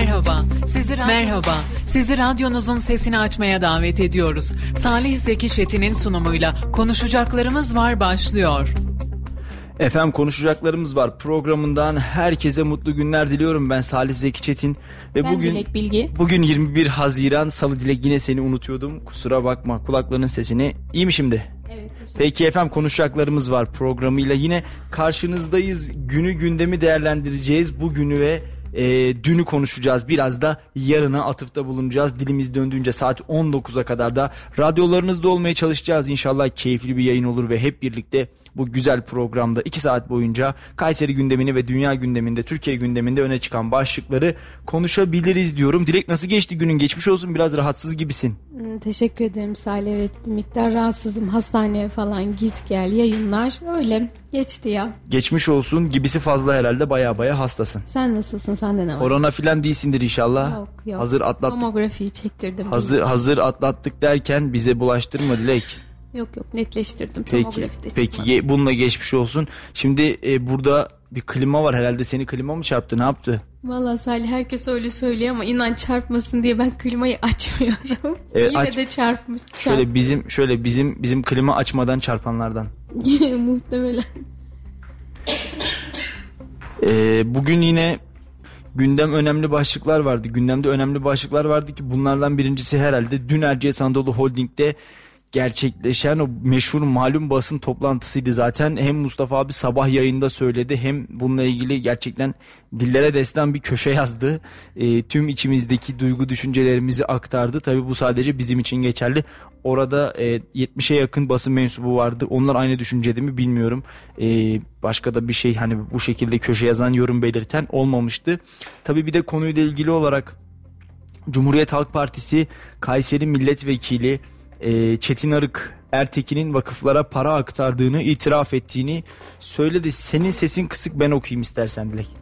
Sizi radyonuzun sesini açmaya davet ediyoruz. Salih Zeki Çetin'in sunumuyla Konuşacaklarımız Var başlıyor. Efendim Konuşacaklarımız Var programından herkese mutlu günler diliyorum. Ben Salih Zeki Çetin ve bugün 21 Haziran Salı. Dilek, yine seni unutuyordum. Kusura bakma, kulaklarının sesini iyi mi şimdi? Evet. Peki efendim, Konuşacaklarımız Var programıyla yine karşınızdayız. Günü, gündemi değerlendireceğiz. Bugünü ve dünü konuşacağız. Biraz da yarına atıfta bulunacağız. Dilimiz döndüğünce saat 19'a kadar da radyolarınızda olmaya çalışacağız. İnşallah keyifli bir yayın olur ve hep birlikte bu güzel programda 2 saat boyunca Kayseri gündemini ve dünya gündeminde, Türkiye gündeminde öne çıkan başlıkları konuşabiliriz diyorum. Dilek, nasıl geçti günün? Geçmiş olsun, biraz rahatsız gibisin. Teşekkür ederim Salih. Evet, bir miktar rahatsızım. Hastaneye falan git gel, yayınlar, öyle geçti ya. Geçmiş olsun, gibisi fazla herhalde, baya hastasın. Sen nasılsın? Sende ne var? Korona filan değilsindir inşallah. Yok. Hazır atlattık. Tomografiyi çektirdim. Hazır atlattık derken bize bulaştırma Dilek. Yok netleştirdim. Peki bununla geçmiş olsun. Şimdi burada bir klima var herhalde, seni klima mı çarptı, ne yaptı? Vallahi Salih, herkes öyle söylüyor ama inan çarpmasın diye ben klimayı açmıyorum. Evet, Yine de çarpmış. Bizim klima açmadan çarpanlardan. Muhtemelen. Bugün yine gündemde önemli başlıklar vardı ki bunlardan birincisi herhalde dün Erciyes Anadolu Holding'de gerçekleşen o meşhur malum basın toplantısıydı. Zaten hem Mustafa abi sabah yayında söyledi, hem bununla ilgili gerçekten dillere destan bir köşe yazdı. Tüm içimizdeki duygu düşüncelerimizi aktardı. Tabii bu sadece bizim için geçerli. Orada 70'e yakın basın mensubu vardı. Onlar aynı düşüncede mi bilmiyorum. Başka da bir şey, hani bu şekilde köşe yazan, yorum belirten olmamıştı. Tabii bir de konuyla ilgili olarak Cumhuriyet Halk Partisi Kayseri Milletvekili Çetin Arık, Ertekin'in vakıflara para aktardığını itiraf ettiğini söyledi. Senin sesin kısık, ben okuyayım istersen Dilek.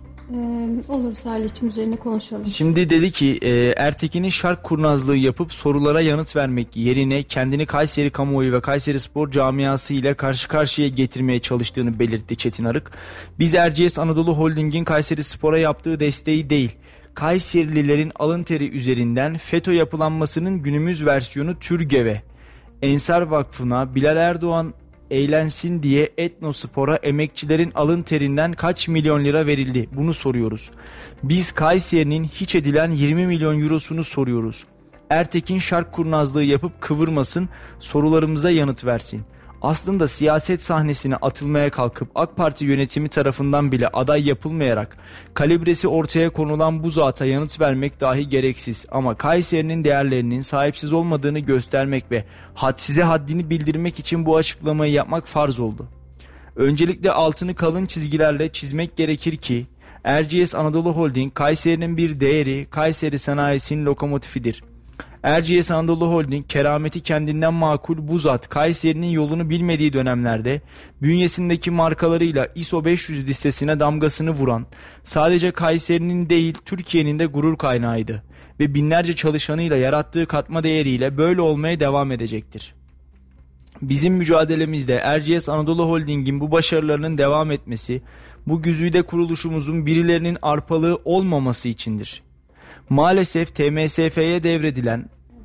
Olur Salih'cim, üzerine konuşalım. Şimdi dedi ki Ertekin'in şark kurnazlığı yapıp sorulara yanıt vermek yerine kendini Kayseri kamuoyu ve Kayseri spor camiası ile karşı karşıya getirmeye çalıştığını belirtti Çetin Arık. Biz Erciyes Anadolu Holding'in Kayseri Spor'a yaptığı desteği değil, Kayserililerin alın teri üzerinden FETÖ yapılanmasının günümüz versiyonu TÜRGEV'e, Ensar Vakfı'na, Bilal Erdoğan eğlensin diye Etnospor'a emekçilerin alın terinden kaç milyon lira verildi? Bunu soruyoruz. Biz Kayseri'nin hiç edilen 20 milyon eurosunu soruyoruz. Ertekin şark kurnazlığı yapıp kıvırmasın, sorularımıza yanıt versin. Aslında siyaset sahnesine atılmaya kalkıp AK Parti yönetimi tarafından bile aday yapılmayarak kalibresi ortaya konulan bu zata yanıt vermek dahi gereksiz. Ama Kayseri'nin değerlerinin sahipsiz olmadığını göstermek ve size haddini bildirmek için bu açıklamayı yapmak farz oldu. Öncelikle altını kalın çizgilerle çizmek gerekir ki Erciyes Anadolu Holding Kayseri'nin bir değeri, Kayseri sanayisinin lokomotifidir. Erciyes Anadolu Holding kerameti kendinden makul bu zat Kayseri'nin yolunu bilmediği dönemlerde bünyesindeki markalarıyla ISO 500 listesine damgasını vuran, sadece Kayseri'nin değil Türkiye'nin de gurur kaynağıydı ve binlerce çalışanıyla yarattığı katma değeriyle böyle olmaya devam edecektir. Bizim mücadelemizde Erciyes Anadolu Holding'in bu başarılarının devam etmesi, bu güzide kuruluşumuzun birilerinin arpalığı olmaması içindir. Maalesef TMSF'ye devredilen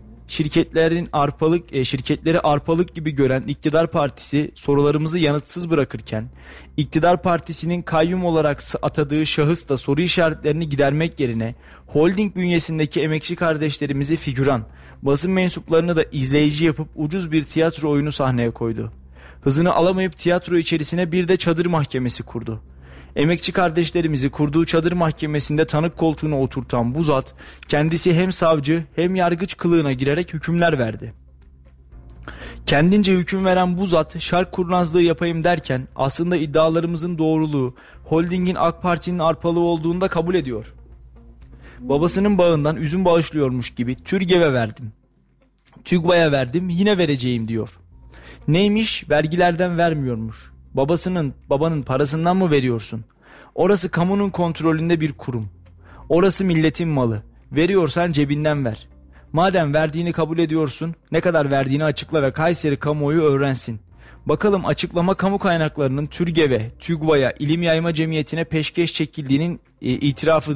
şirketleri arpalık gibi gören iktidar partisi sorularımızı yanıtsız bırakırken, iktidar partisinin kayyum olarak atadığı şahıs da soru işaretlerini gidermek yerine holding bünyesindeki emekçi kardeşlerimizi figüran, basın mensuplarını da izleyici yapıp ucuz bir tiyatro oyunu sahneye koydu. Hızını alamayıp tiyatro içerisine bir de çadır mahkemesi kurdu. Emekçi kardeşlerimizi kurduğu çadır mahkemesinde tanık koltuğuna oturtan bu zat, kendisi hem savcı hem yargıç kılığına girerek hükümler verdi. Kendince hüküm veren bu zat, şark kurnazlığı yapayım derken aslında iddialarımızın doğruluğu, holdingin AK Parti'nin arpalığı olduğunu da kabul ediyor. Babasının bağından üzüm bağışlıyormuş gibi TÜRGEV'e verdim, TÜGVA'ya verdim, yine vereceğim diyor. Neymiş? Vergilerden vermiyormuş. Babanın parasından mı veriyorsun? Orası kamunun kontrolünde bir kurum. Orası milletin malı. Veriyorsan cebinden ver. Madem verdiğini kabul ediyorsun, ne kadar verdiğini açıkla ve Kayseri kamuoyu öğrensin. Bakalım açıklama kamu kaynaklarının TÜRGEV'e, TÜGVA'ya, İlim Yayma Cemiyeti'ne peşkeş çekildiğinin itirafıdır.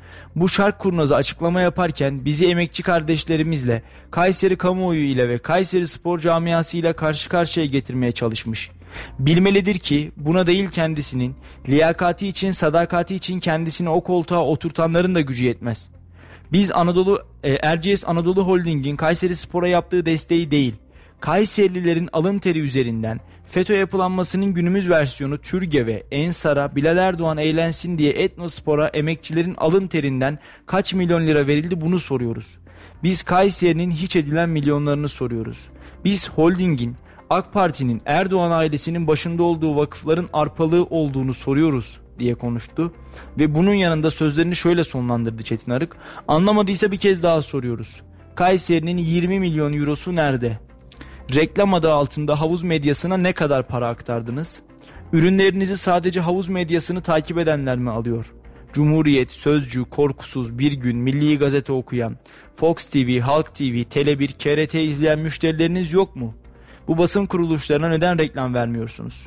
Bu şark kurnazı açıklama yaparken bizi emekçi kardeşlerimizle, Kayseri kamuoyu ile ve Kayseri spor camiası ile karşı karşıya getirmeye çalışmış. Bilmelidir ki buna değil kendisinin, liyakati için, sadakati için kendisini o koltuğa oturtanların da gücü yetmez. Biz Erciyes Anadolu Holding'in Kayseri Spor'a yaptığı desteği değil, Kayserililerin alın teri üzerinden FETÖ yapılanmasının günümüz versiyonu TÜRGEV'e, Ensar'a, Bilal Erdoğan eğlensin diye Etnospor'a emekçilerin alın terinden kaç milyon lira verildi bunu soruyoruz. Biz Kayseri'nin hiç edilen milyonlarını soruyoruz. Biz holdingin, AK Parti'nin, Erdoğan ailesinin başında olduğu vakıfların arpalığı olduğunu soruyoruz diye konuştu. Ve bunun yanında sözlerini şöyle sonlandırdı Çetin Arık. Anlamadıysa bir kez daha soruyoruz. Kayseri'nin 20 milyon eurosu nerede? Reklam adı altında havuz medyasına ne kadar para aktardınız? Ürünlerinizi sadece havuz medyasını takip edenler mi alıyor? Cumhuriyet, Sözcü, Korkusuz, Bir Gün, Milli Gazete okuyan, Fox TV, Halk TV, Tele1, KRT izleyen müşterileriniz yok mu? Bu basın kuruluşlarına neden reklam vermiyorsunuz?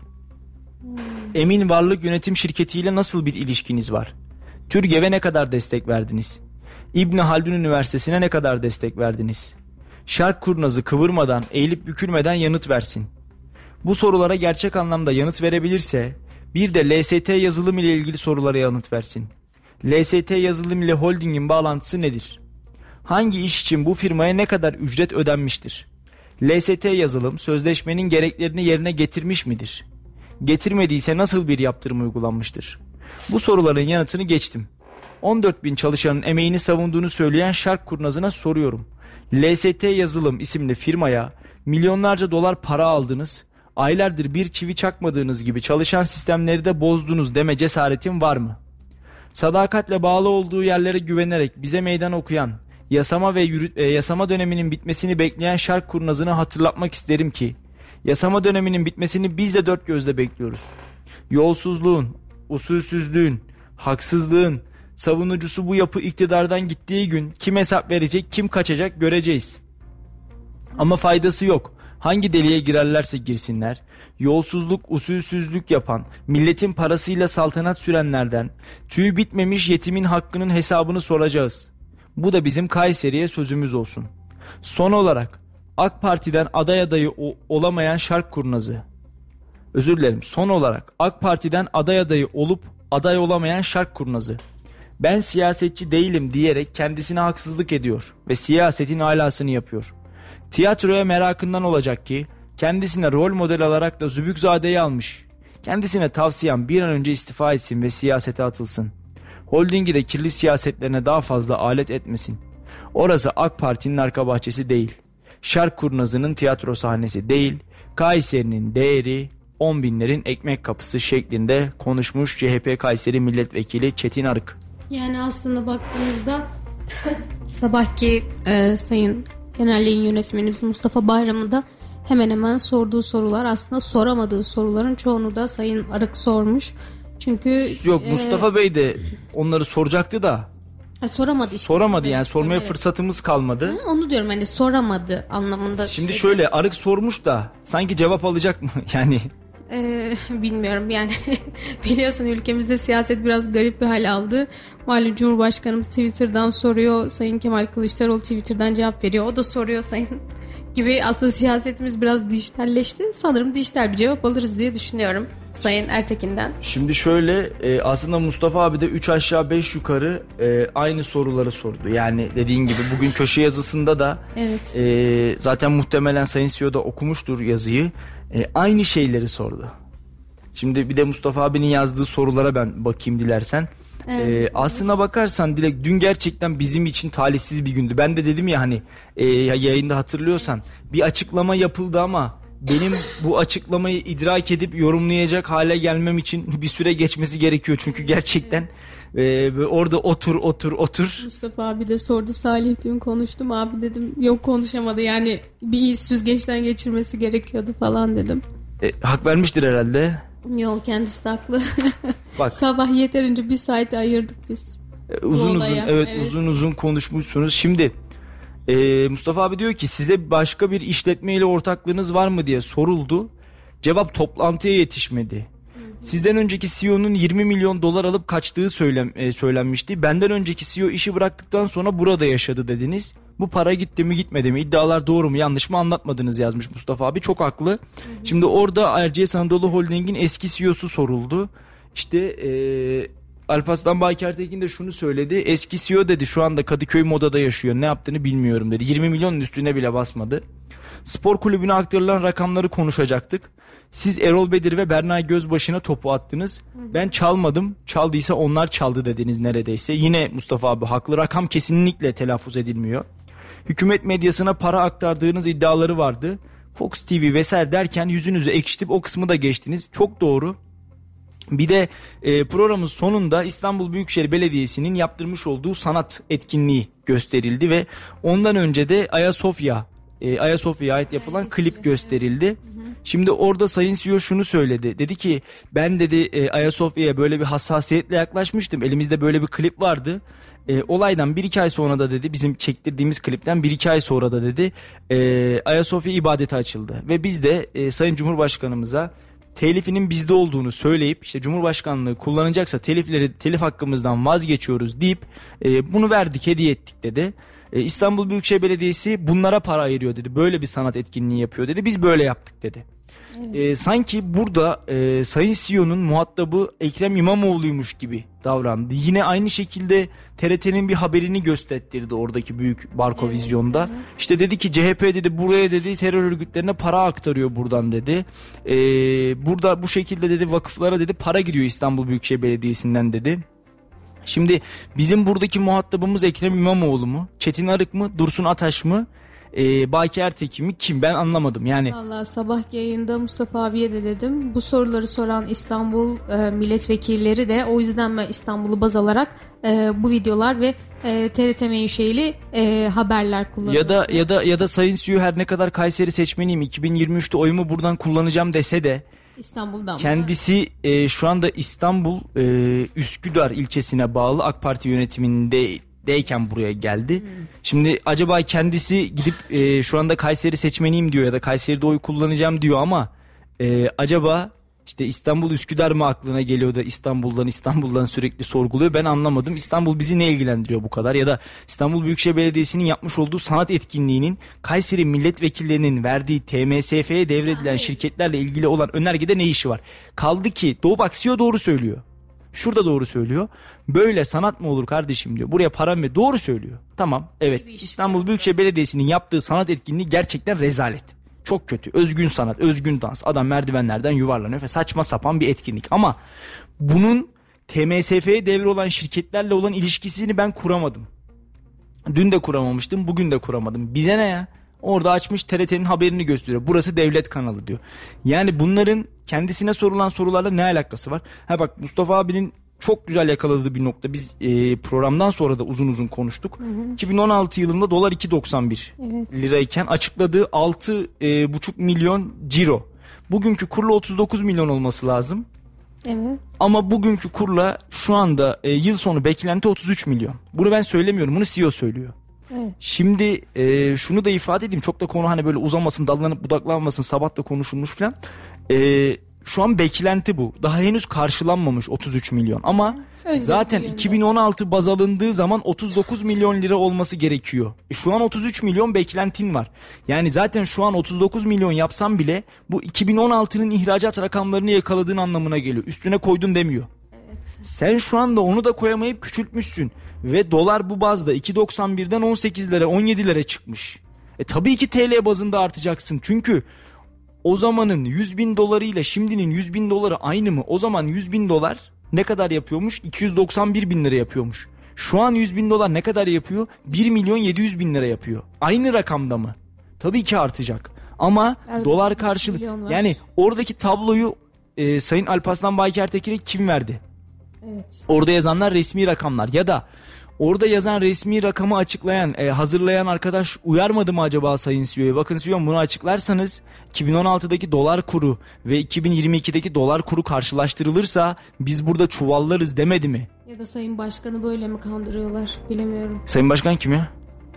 Emin Varlık Yönetim Şirketi ile nasıl bir ilişkiniz var? TÜRGEV'e ne kadar destek verdiniz? İbni Haldun Üniversitesi'ne ne kadar destek verdiniz? Şark kurnazı kıvırmadan, eğilip bükülmeden yanıt versin. Bu sorulara gerçek anlamda yanıt verebilirse, bir de LST yazılım ile ilgili sorulara yanıt versin. LST yazılım ile holdingin bağlantısı nedir? Hangi iş için bu firmaya ne kadar ücret ödenmiştir? LST yazılım sözleşmenin gereklerini yerine getirmiş midir? Getirmediyse nasıl bir yaptırım uygulanmıştır? Bu soruların yanıtını geçtim. 14.000 çalışanın emeğini savunduğunu söyleyen şark kurnazına soruyorum. LST yazılım isimli firmaya milyonlarca dolar para aldınız, aylardır bir çivi çakmadığınız gibi çalışan sistemleri de bozdunuz deme cesaretin var mı? Sadakatle bağlı olduğu yerlere güvenerek bize meydan okuyan, yasama döneminin bitmesini bekleyen şark kurnazını hatırlatmak isterim ki, yasama döneminin bitmesini biz de dört gözle bekliyoruz. Yolsuzluğun, usulsüzlüğün, haksızlığın savunucusu bu yapı iktidardan gittiği gün kim hesap verecek, kim kaçacak göreceğiz. Ama faydası yok. Hangi deliğe girerlerse girsinler, yolsuzluk, usulsüzlük yapan, milletin parasıyla saltanat sürenlerden, tüyü bitmemiş yetimin hakkının hesabını soracağız. Bu da bizim Kayseri'ye sözümüz olsun. Son olarak AK Parti'den aday adayı olamayan şark kurnazı. Özür dilerim. Son olarak AK Parti'den aday adayı olup aday olamayan şark kurnazı. Ben siyasetçi değilim diyerek kendisine haksızlık ediyor ve siyasetin alasını yapıyor. Tiyatroya merakından olacak ki kendisine rol model alarak da Zübükzade'yi almış. Kendisine tavsiyem bir an önce istifa etsin ve siyasete atılsın. Holdingi de kirli siyasetlerine daha fazla alet etmesin. Orası AK Parti'nin arka bahçesi değil. Şark kurnazının tiyatro sahnesi değil. Kayseri'nin değeri 10 binlerin ekmek kapısı şeklinde konuşmuş CHP Kayseri Milletvekili Çetin Arık. Yani aslında baktığımızda sabahki Sayın Genel Yayın Yönetmenimiz Mustafa Bayram'ın da hemen hemen sorduğu sorular, aslında soramadığı soruların çoğunu da Sayın Arık sormuş. Çünkü yok Mustafa Bey de onları soracaktı da soramadı işte. Soramadı yani sormaya fırsatımız kalmadı. Onu diyorum, hani soramadı anlamında. Şimdi şöyle Arık sormuş da sanki cevap alacak mı yani? Bilmiyorum yani. Biliyorsun ülkemizde siyaset biraz garip bir hal aldı. Malum Cumhurbaşkanımız Twitter'dan soruyor, Sayın Kemal Kılıçdaroğlu Twitter'dan cevap veriyor, o da soruyor Sayın gibi. Aslında siyasetimiz biraz dijitalleşti. Sanırım dijital bir cevap alırız diye düşünüyorum Sayın Ertekin'den. Şimdi şöyle aslında Mustafa abi de 3 aşağı 5 yukarı aynı soruları sordu. Yani dediğin gibi bugün köşe yazısında da evet. Zaten muhtemelen Sayın CEO da okumuştur yazıyı. Aynı şeyleri sordu. Şimdi bir de Mustafa abinin yazdığı sorulara ben bakayım dilersen. Evet. Aslına bakarsan Dilek, dün gerçekten bizim için talihsiz bir gündü. Ben de dedim ya hani yayında hatırlıyorsan, evet, bir açıklama yapıldı ama benim bu açıklamayı idrak edip yorumlayacak hale gelmem için bir süre geçmesi gerekiyor. Çünkü gerçekten orada otur. Mustafa abi de sordu, Salih dün konuştum abi dedim. Yok, konuşamadı yani, bir süzgeçten geçirmesi gerekiyordu falan dedim. Hak vermiştir herhalde. Yok, kendisi de haklı. Bak, sabah yeterince bir saati ayırdık biz. Uzun konuşmuşsunuz. Şimdi Mustafa abi diyor ki size başka bir işletmeyle ortaklığınız var mı diye soruldu. Cevap toplantıya yetişmedi. Sizden önceki CEO'nun 20 milyon dolar alıp kaçtığı söylenmişti. Benden önceki CEO işi bıraktıktan sonra burada yaşadı dediniz. Bu para gitti mi gitmedi mi? İddialar doğru mu yanlış mı anlatmadınız yazmış Mustafa abi. Çok haklı. Şimdi orada Erciyes Anadolu Holding'in eski CEO'su soruldu. İşte Alparslan Baykertekin de şunu söyledi. Eski CEO dedi şu anda Kadıköy Moda'da yaşıyor. Ne yaptığını bilmiyorum dedi. 20 milyonun üstüne bile basmadı. Spor kulübüne aktarılan rakamları konuşacaktık. Siz Erol Bedir ve Berna Gözbaşı'na topu attınız. Ben çalmadım. Çaldıysa onlar çaldı dediniz neredeyse. Yine Mustafa abi haklı. Rakam kesinlikle telaffuz edilmiyor. Hükümet medyasına para aktardığınız iddiaları vardı. Fox TV vesaire derken yüzünüzü ekşitip o kısmı da geçtiniz. Çok doğru. Bir de programın sonunda İstanbul Büyükşehir Belediyesi'nin yaptırmış olduğu sanat etkinliği gösterildi ve ondan önce de Ayasofya'ya ait yapılan klip gösterildi. Şimdi orada Sayın CEO şunu söyledi. Dedi ki ben dedi Ayasofya'ya böyle bir hassasiyetle yaklaşmıştım. Elimizde böyle bir klip vardı. Olaydan 1-2 ay sonra da dedi bizim çektirdiğimiz klipten 1-2 ay sonra da dedi Ayasofya ibadete açıldı. Ve biz de Sayın Cumhurbaşkanımıza telifinin bizde olduğunu söyleyip işte Cumhurbaşkanlığı kullanacaksa telif hakkımızdan vazgeçiyoruz deyip bunu verdik, hediye ettik dedi. İstanbul Büyükşehir Belediyesi bunlara para ayırıyor dedi. Böyle bir sanat etkinliği yapıyor dedi. Biz böyle yaptık dedi. Evet. Sanki burada Sayın CEO'nun muhatabı Ekrem İmamoğlu'ymuş gibi davrandı. Yine aynı şekilde TRT'nin bir haberini gösterdi oradaki büyük Barko Vizyon'da. Evet. İşte dedi ki CHP dedi buraya dedi terör örgütlerine para aktarıyor buradan dedi. Burada bu şekilde dedi vakıflara dedi para gidiyor İstanbul Büyükşehir Belediyesi'nden dedi. Şimdi bizim buradaki muhatabımız Ekrem İmamoğlu mu? Çetin Arık mı? Dursun Ataş mı? Baki Ertekin mi? Kim? Ben anlamadım. Yani vallahi sabah yayında Mustafa abiye de dedim. Bu soruları soran İstanbul milletvekilleri de o yüzden ben İstanbul'u baz alarak bu videolar ve TRT menşeili haberler kullanıyor. Ya da Sayın CEO her ne kadar Kayseri seçmeniyim 2023'te oyumu buradan kullanacağım dese de İstanbul'dan kendisi şu anda İstanbul Üsküdar ilçesine bağlı AK Parti yönetimindeyken buraya geldi. Şimdi acaba kendisi gidip şu anda Kayseri seçmeniyim diyor ya da Kayseri'de oy kullanacağım diyor ama acaba işte İstanbul Üsküdar mı aklına geliyor da İstanbul'dan sürekli sorguluyor. Ben anlamadım. İstanbul bizi ne ilgilendiriyor bu kadar? Ya da İstanbul Büyükşehir Belediyesi'nin yapmış olduğu sanat etkinliğinin Kayseri milletvekillerinin verdiği TMSF'ye devredilen şirketlerle ilgili olan önergede ne işi var? Kaldı ki Doğu Baksio doğru söylüyor. Şurada doğru söylüyor. Böyle sanat mı olur kardeşim diyor. Buraya param ve doğru söylüyor. Tamam evet İstanbul Büyükşehir Belediyesi'nin yaptığı sanat etkinliği gerçekten rezalet. Çok kötü. Özgün sanat, özgün dans. Adam merdivenlerden yuvarlanıyor ve saçma sapan bir etkinlik. Ama bunun TMSF'ye devre olan şirketlerle olan ilişkisini ben kuramadım. Dün de kuramamıştım, bugün de kuramadım. Bize ne ya? Orada açmış TRT'nin haberini gösteriyor. Burası devlet kanalı diyor. Yani bunların kendisine sorulan sorularla ne alakası var? Ha bak Mustafa abinin çok güzel yakaladığı bir nokta. Biz programdan sonra da uzun uzun konuştuk. 2016 yılında dolar 2.91 lirayken açıkladığı 6,5 milyon ciro. Bugünkü kurla 39 milyon olması lazım. Evet. Ama bugünkü kurla şu anda yıl sonu beklenti 33 milyon. Bunu ben söylemiyorum. Bunu CEO söylüyor. Evet. Şimdi şunu da ifade edeyim. Çok da konu hani böyle uzamasın, dallanıp budaklanmasın. Sabah da konuşulmuş falan. Şu an beklenti bu. Daha henüz karşılanmamış 33 milyon. Ama zaten 2016 baz alındığı zaman 39 milyon lira olması gerekiyor. Şu an 33 milyon beklentin var. Yani zaten şu an 39 milyon yapsam bile bu 2016'nın ihracat rakamlarını yakaladığın anlamına geliyor. Üstüne koydun demiyor. Evet. Sen şu anda onu da koyamayıp küçültmüşsün. Ve dolar bu bazda 2.91'den 18'lere 17'lere çıkmış. Tabii ki TL bazında artacaksın. Çünkü o zamanın 100.000 doları ile şimdinin 100.000 doları aynı mı? O zaman 100.000 dolar ne kadar yapıyormuş? 291.000 lira yapıyormuş. Şu an 100.000 dolar ne kadar yapıyor? 1.700.000 lira yapıyor. Aynı rakamda mı? Tabii ki artacak. Ama dolar karşılığı yani oradaki tabloyu Sayın Alparslan Baykertekin'e kim verdi? Evet. Orada yazanlar resmi rakamlar ya da orada yazan resmi rakamı açıklayan, hazırlayan arkadaş uyarmadı mı acaba Sayın CEO'ya? Bakın CEO'm bunu açıklarsanız 2016'daki dolar kuru ve 2022'deki dolar kuru karşılaştırılırsa biz burada çuvallarız demedi mi? Ya da Sayın Başkan'ı böyle mi kandırıyorlar bilemiyorum. Sayın Başkan kim ya?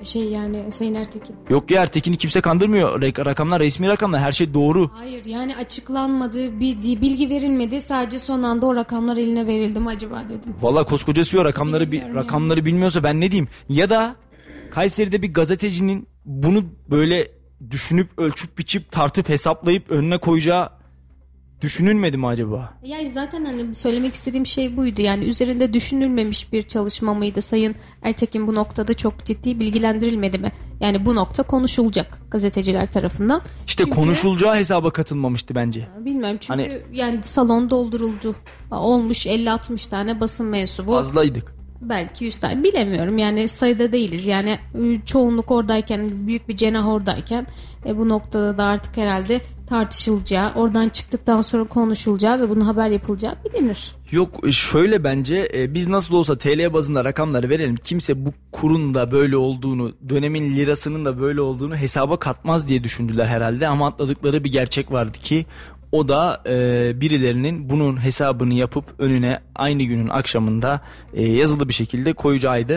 Yani Sayın Ertekin. Yok ya, Ertekin'i kimse kandırmıyor. Rakamlar resmi rakamlar, her şey doğru. Hayır yani açıklanmadı, bir bilgi verilmedi, sadece son anda o rakamlar eline verildi mi acaba dedim. Valla koskoca CEO rakamları bilmiyorsa ben ne diyeyim? Ya da Kayseri'de bir gazetecinin bunu böyle düşünüp ölçüp biçip tartıp hesaplayıp önüne koyacağı düşünülmedi mi acaba? Ya zaten hani söylemek istediğim şey buydu. Yani üzerinde düşünülmemiş bir çalışma mıydı? Sayın Ertekin bu noktada çok ciddi bilgilendirilmedi mi? Yani bu nokta konuşulacak gazeteciler tarafından. İşte çünkü konuşulacağı hesaba katılmamıştı bence. Bilmiyorum çünkü yani salon dolduruldu. Olmuş 50-60 tane basın mensubu. Fazlaydık. Belki 100 tane, bilemiyorum yani, sayıda değiliz yani, çoğunluk oradayken, büyük bir cenah oradayken bu noktada da artık herhalde tartışılacağı, oradan çıktıktan sonra konuşulacağı ve bunun haber yapılacağı bilinir. Yok şöyle, bence biz nasıl olsa TL bazında rakamları verelim, kimse bu kurun da böyle olduğunu, dönemin lirasının da böyle olduğunu hesaba katmaz diye düşündüler herhalde, ama atladıkları bir gerçek vardı ki o da birilerinin bunun hesabını yapıp önüne aynı günün akşamında yazılı bir şekilde koyacağıydı.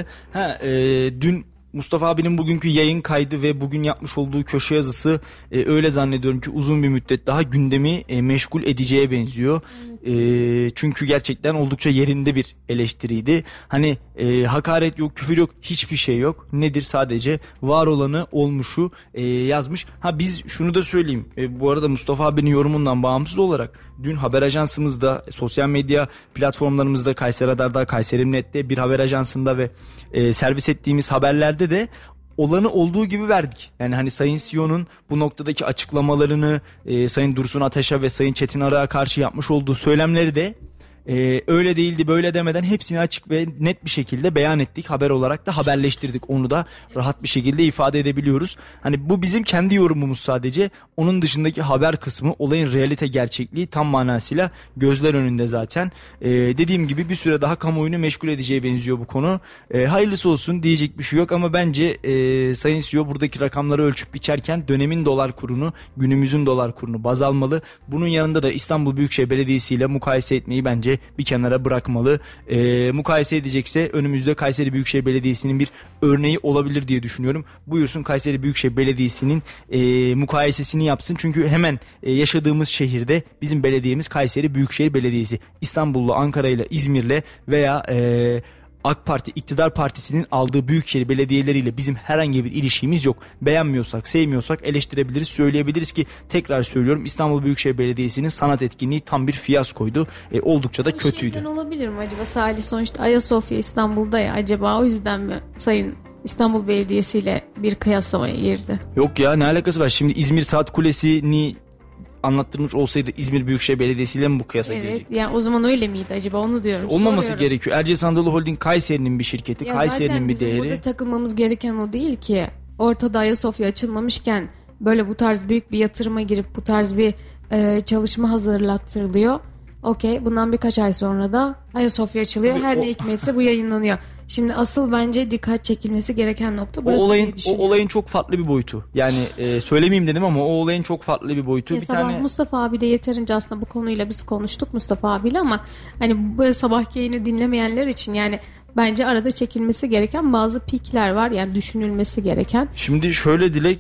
Dün Mustafa abinin bugünkü yayın kaydı ve bugün yapmış olduğu köşe yazısı öyle zannediyorum ki uzun bir müddet daha gündemi meşgul edeceğe benziyor. Çünkü gerçekten oldukça yerinde bir eleştiriydi. Hani hakaret yok, küfür yok, hiçbir şey yok. Nedir? Sadece var olanı, olmuşu yazmış. Biz şunu da söyleyeyim. Bu arada Mustafa abinin yorumundan bağımsız olarak dün haber ajansımızda, sosyal medya platformlarımızda, Kayseri Radar'da, Kayseri.net'te, bir haber ajansında ve servis ettiğimiz haberlerde de olanı olduğu gibi verdik. Yani hani Sayın CEO'nun bu noktadaki açıklamalarını, Sayın Dursun Ateş'e ve Sayın Çetin Arık'a karşı yapmış olduğu söylemleri de öyle değildi, böyle demeden hepsini açık ve net bir şekilde beyan ettik. Haber olarak da haberleştirdik. Onu da rahat bir şekilde ifade edebiliyoruz. Hani bu bizim kendi yorumumuz sadece. Onun dışındaki haber kısmı, olayın realite gerçekliği tam manasıyla gözler önünde zaten. Dediğim gibi bir süre daha kamuoyunu meşgul edeceğe benziyor bu konu. Hayırlısı olsun, diyecek bir şey yok, ama bence Sayın CEO buradaki rakamları ölçüp biçerken dönemin dolar kurunu, günümüzün dolar kurunu baz almalı. Bunun yanında da İstanbul Büyükşehir Belediyesi ile mukayese etmeyi bence bir kenara bırakmalı. Mukayese edecekse önümüzde Kayseri Büyükşehir Belediyesi'nin bir örneği olabilir diye düşünüyorum. Buyursun Kayseri Büyükşehir Belediyesi'nin mukayesesini yapsın. Çünkü hemen yaşadığımız şehirde bizim belediyemiz Kayseri Büyükşehir Belediyesi. İstanbul'la, Ankara'yla, İzmir'le veya AK Parti iktidar partisinin aldığı büyükşehir belediyeleriyle bizim herhangi bir ilişkimiz yok. Beğenmiyorsak, sevmiyorsak eleştirebiliriz, söyleyebiliriz ki tekrar söylüyorum, İstanbul Büyükşehir Belediyesi'nin sanat etkinliği tam bir fiyaskoydu. Oldukça da kötüydü. Şeyden olabilir mi acaba Salih, sonuçta Ayasofya İstanbul'da ya, acaba o yüzden mi Sayın İstanbul Belediyesi ile bir kıyaslamaya girdi? Yok ya, ne alakası var? Şimdi İzmir Saat Kulesi'ni anlattırmış olsaydı İzmir Büyükşehir Belediyesi ile mi bu kıyasa girecekti? Yani o zaman öyle miydi acaba, onu diyorum. Olmaması soruyorum. gerekiyor. Erciyes Anadolu Holding Kayseri'nin bir şirketi, Kayseri'nin bir değeri. Zaten bizim burada takılmamız gereken o değil ki. Ortada Ayasofya açılmamışken böyle bu tarz büyük bir yatırıma girip bu tarz bir çalışma hazırlattırılıyor. Okey, bundan birkaç ay sonra da Ayasofya açılıyor. Tabii her ne hikmetse bu yayınlanıyor. Şimdi asıl bence dikkat çekilmesi gereken nokta burası. O olayın çok farklı bir boyutu. Yani söylemeyeyim dedim ama o olayın çok farklı bir boyutu. Bir tane Mustafa abi de yeterince aslında bu konuyla biz konuştuk Mustafa abiyle, ama hani bu sabah yayını dinlemeyenler için yani bence arada çekilmesi gereken bazı pikler var. Yani düşünülmesi gereken. Şimdi şöyle Dilek,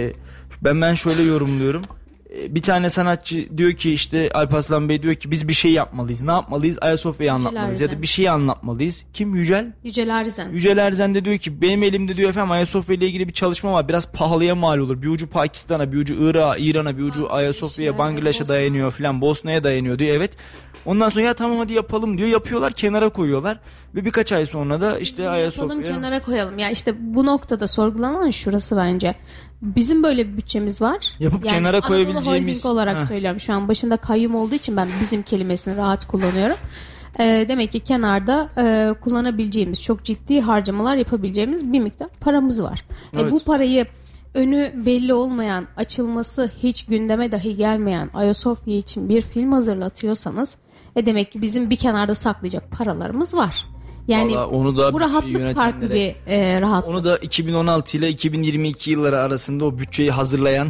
ben şöyle yorumluyorum. Bir tane sanatçı diyor ki, işte Alparslan Bey diyor ki biz bir şey yapmalıyız. Ne yapmalıyız? Ayasofya'yı anlatmalıyız ya da bir şey anlatmalıyız. Kim? Yücel Arzen. Yücel Arzen de diyor ki benim elimde diyor efendim Ayasofya ile ilgili bir çalışma var. Biraz pahalıya mal olur. Bir ucu Pakistan'a, bir ucu Irak'a, İran'a, bir ucu Ayasofya'ya, Bangladeş'e dayanıyor filan, Bosna'ya dayanıyor diyor. Evet. Ondan sonra ya tamam hadi yapalım diyor. Yapıyorlar, kenara koyuyorlar ve birkaç ay sonra da işte Ayasofya. Yapalım, kenara koyalım. Ya işte bu noktada sorgulanan şurası bence. Bizim böyle bir bütçemiz var. Yapıp yani kenara koyabileceğimiz. Anadolu Holding olarak söylüyorum. Şu an başında kayyum olduğu için ben bizim kelimesini rahat kullanıyorum. Demek ki kenarda kullanabileceğimiz, çok ciddi harcamalar yapabileceğimiz bir miktar paramız var. Evet. Bu parayı önü belli olmayan, açılması hiç gündeme dahi gelmeyen Ayasofya için bir film hazırlatıyorsanız demek ki bizim bir kenarda saklayacak paralarımız var. Yani onu da bu rahatlık farklı bir rahatlık. Onu da 2016 ile 2022 yılları arasında o bütçeyi hazırlayan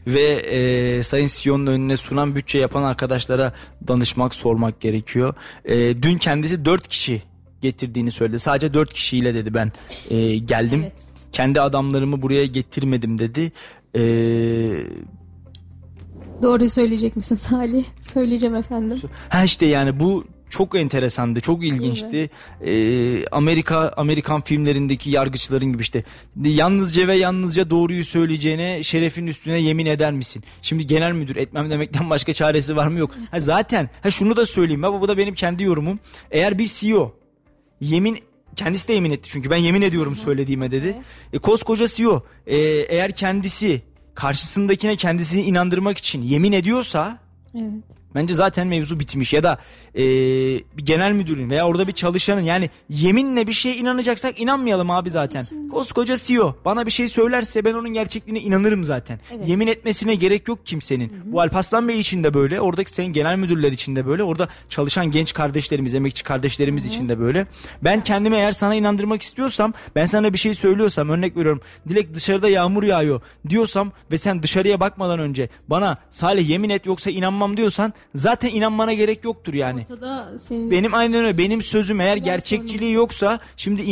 ve Sayın CEO'nun önüne sunan, bütçe yapan arkadaşlara danışmak, sormak gerekiyor. Dün kendisi 4 kişi getirdiğini söyledi. Sadece 4 kişiyle dedi ben geldim. Evet. kendi adamlarımı buraya getirmedim dedi. Doğruyu söyleyecek misin Salih? Söyleyeceğim efendim. İşte yani bu çok enteresandı, çok ilginçti. Amerikan filmlerindeki yargıçların gibi işte yalnızca ve yalnızca doğruyu söyleyeceğine şerefin üstüne yemin eder misin? Şimdi genel müdür etmem demekten başka çaresi var mı yok. Zaten şunu da söyleyeyim, bu da benim kendi yorumum. Eğer bir CEO kendisi de yemin etti çünkü ben yemin ediyorum söylediğime dedi. Koskoca CEO eğer kendisi karşısındakine kendisini inandırmak için yemin ediyorsa bence zaten mevzu bitmiş. Ya da bir genel müdürün veya orada bir çalışanın, yani yeminle bir şeye inanacaksak inanmayalım abi zaten. Koskoca CEO bana bir şey söylerse ben onun gerçekliğine inanırım zaten. Yemin etmesine gerek yok kimsenin. Bu Alparslan Bey için de böyle, oradaki senin genel müdürler için de böyle, orada çalışan genç kardeşlerimiz, emekçi kardeşlerimiz için de böyle. Ben kendimi eğer sana inandırmak istiyorsam, ben sana bir şey söylüyorsam, örnek veriyorum, Dilek dışarıda yağmur yağıyor diyorsam ve sen dışarıya bakmadan önce bana Salih yemin et yoksa inanmam diyorsan zaten inanmana gerek yoktur yani. Benim aynen öyle. Benim sözüm eğer gerçekçiliği yoksa, şimdi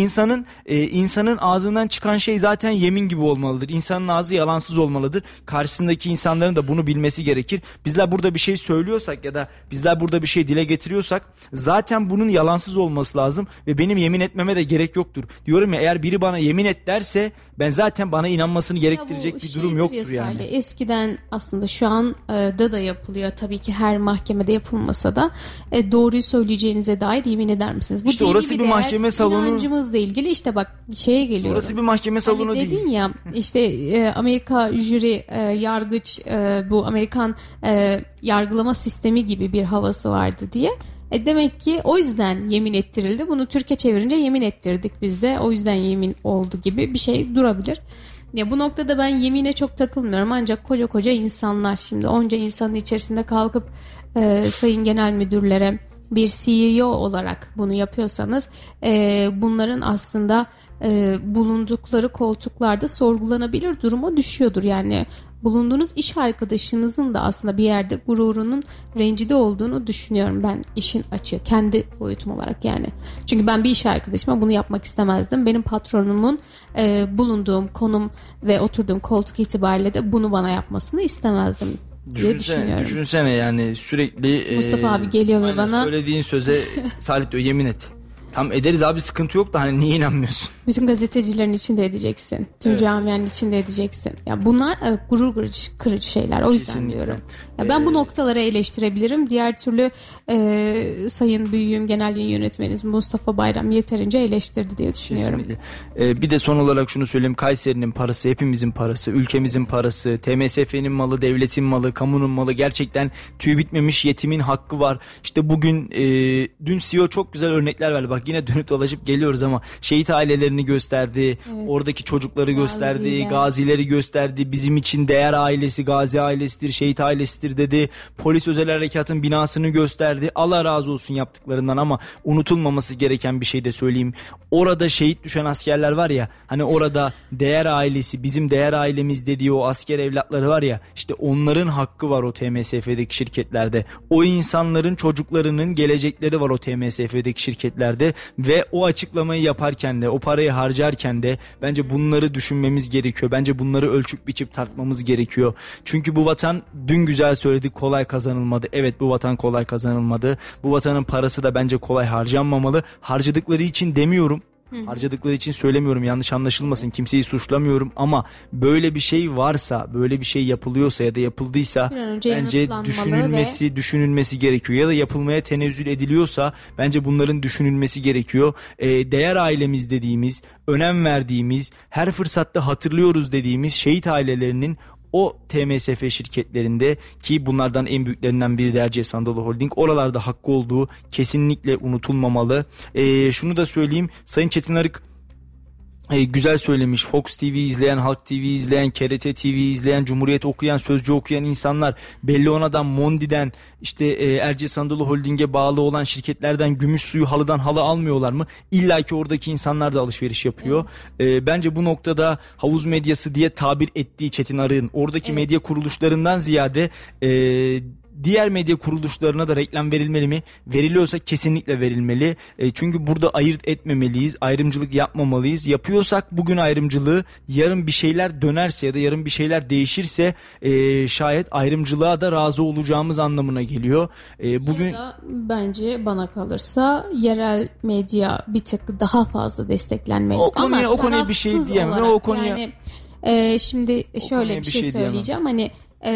insanın ağzından çıkan şey zaten yemin gibi olmalıdır. İnsanın ağzı yalansız olmalıdır. Karşısındaki insanların da bunu bilmesi gerekir. Bizler burada bir şey söylüyorsak ya da bizler burada bir şey dile getiriyorsak zaten bunun yalansız olması lazım ve benim yemin etmeme de gerek yoktur. Diyorum ya, eğer biri bana yemin et derse ben zaten bana inanmasını gerektirecek bir durum yoktur yani. Eskiden aslında şu an da yapılıyor tabii ki, her mahkemede yapılmasa da doğruyu söyleyeceğinize dair yemin eder misiniz? Bu işte orası bir mahkeme salonu. İnancımızla ilgili işte bak şeye geliyorum. Orası bir mahkeme salonu değil. Dedin ya işte Amerika jüri yargıç bu Amerikan yargılama sistemi gibi bir havası vardı diye. Demek ki o yüzden yemin ettirildi. Bunu Türkçe çevirince yemin ettirdik biz de. O yüzden yemin oldu gibi bir şey durabilir. Ya bu noktada ben yemine çok takılmıyorum. Ancak koca insanlar, şimdi onca insanın içerisinde kalkıp sayın genel müdürlere bir CEO olarak bunu yapıyorsanız bunların aslında bulundukları koltuklarda sorgulanabilir duruma düşüyordur. Yani bulunduğunuz iş arkadaşınızın da aslında bir yerde gururunun rencide olduğunu düşünüyorum ben, işin açığı, kendi boyutum olarak yani. Çünkü ben bir iş arkadaşıma bunu yapmak istemezdim. Benim patronumun bulunduğum konum ve oturduğum koltuk itibariyle de bunu bana yapmasını istemezdim. Düşünsene yani sürekli Mustafa abi geliyor ve bana söylediğin söze Salih diyor yemin et. Tam ederiz abi, sıkıntı yok da hani niye inanmıyorsun? Bütün gazetecilerin içinde edeceksin. Tüm camianın içinde edeceksin. Ya bunlar gurur kırıcı şeyler. O yüzden kesinlikle diyorum. Ya ben bu noktaları eleştirebilirim. Diğer türlü Sayın Büyüğüm Genel Yayın Yönetmenimiz Mustafa Bayram yeterince eleştirdi diye düşünüyorum. Kesinlikle. Bir de son olarak şunu söyleyeyim. Kayseri'nin parası, hepimizin parası, ülkemizin parası, TMSF'nin malı, devletin malı, kamunun malı. Gerçekten tüy bitmemiş yetimin hakkı var. İşte bugün dün CEO çok güzel örnekler verdi. Bak yine dönüp dolaşıp geliyoruz ama şehit ailelerini gösterdi. Evet. Oradaki çocukları gösterdi. Gazileri gösterdi. Bizim için değer ailesi, gazi ailesidir, şehit ailesidir dedi. Polis özel harekatın binasını gösterdi. Allah razı olsun yaptıklarından ama unutulmaması gereken bir şey de söyleyeyim. Orada şehit düşen askerler var ya, hani orada değer ailesi, bizim değer ailemiz dediği o asker evlatları var ya, işte onların hakkı var o TMSF'deki şirketlerde. O insanların çocuklarının gelecekleri var o TMSF'deki şirketlerde ve o açıklamayı yaparken de, o parayı harcarken de bence bunları düşünmemiz gerekiyor. Bence bunları ölçüp biçip tartmamız gerekiyor. Çünkü bu vatan, dün güzel söyledik, kolay kazanılmadı. Evet, bu vatan kolay kazanılmadı. Bu vatanın parası da bence kolay harcanmamalı. Harcadıkları için demiyorum. Harcadıkları için söylemiyorum, yanlış anlaşılmasın, kimseyi suçlamıyorum ama böyle bir şey varsa, böyle bir şey yapılıyorsa ya da yapıldıysa bence düşünülmesi gerekiyor ya da yapılmaya tenezzül ediliyorsa bence bunların düşünülmesi gerekiyor. Değer ailemiz dediğimiz, önem verdiğimiz, her fırsatta hatırlıyoruz dediğimiz şehit ailelerinin o TMSF şirketlerinde, ki bunlardan en büyüklerinden biri de Erciyes Anadolu Holding, oralarda hakkı olduğu kesinlikle unutulmamalı. Şunu da söyleyeyim, Sayın Çetin Arık güzel söylemiş. Fox TV izleyen, Halk TV izleyen, KRT TV izleyen, Cumhuriyet okuyan, Sözcü okuyan insanlar belli onadan, Mondi'den, işte Erciyes Anadolu Holding'e bağlı olan şirketlerden gümüş suyu, halıdan halı almıyorlar mı? İlla ki oradaki insanlar da alışveriş yapıyor. Evet. Bence bu noktada havuz medyası diye tabir ettiği Çetin Arık'ın oradaki medya kuruluşlarından ziyade diğer medya kuruluşlarına da reklam verilmeli mi? Veriliyorsa kesinlikle verilmeli. Çünkü burada ayırt etmemeliyiz. Ayrımcılık yapmamalıyız. Yapıyorsak bugün ayrımcılığı, yarın bir şeyler dönerse ya da yarın bir şeyler değişirse şayet ayrımcılığa da razı olacağımız anlamına geliyor. Bugün ya da bence bana kalırsa yerel medya bir tık daha fazla desteklenmeli. O konuya bir şey diyemem. Olarak, o konuya yani şimdi şöyle bir şey söyleyeceğim. Hani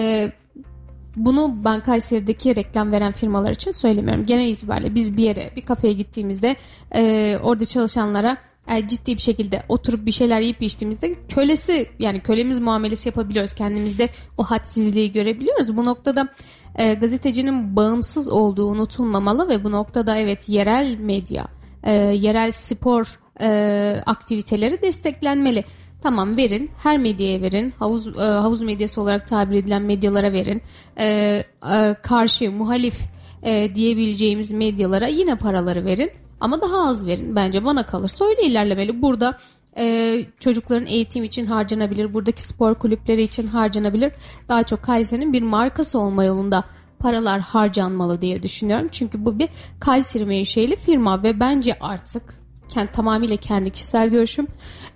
bunu ben Kayseri'deki reklam veren firmalar için söylemiyorum. Genel itibariyle biz bir yere, bir kafeye gittiğimizde orada çalışanlara ciddi bir şekilde oturup bir şeyler yiyip içtiğimizde kölemiz muamelesi yapabiliyoruz. Kendimizde o hadsizliği görebiliyoruz. Bu noktada gazetecinin bağımsız olduğu unutulmamalı ve bu noktada evet yerel medya, yerel spor aktiviteleri desteklenmeli. Tamam, verin. Her medyaya verin. Havuz medyası olarak tabir edilen medyalara verin. Karşı, muhalif diyebileceğimiz medyalara yine paraları verin. Ama daha az verin. Bence bana kalırsa öyle ilerlemeli. Burada çocukların eğitim için harcanabilir. Buradaki spor kulüpleri için harcanabilir. Daha çok Kayseri'nin bir markası olma yolunda paralar harcanmalı diye düşünüyorum. Çünkü bu bir Kayseri menşeli firma ve bence artık tamamıyla kendi kişisel görüşüm,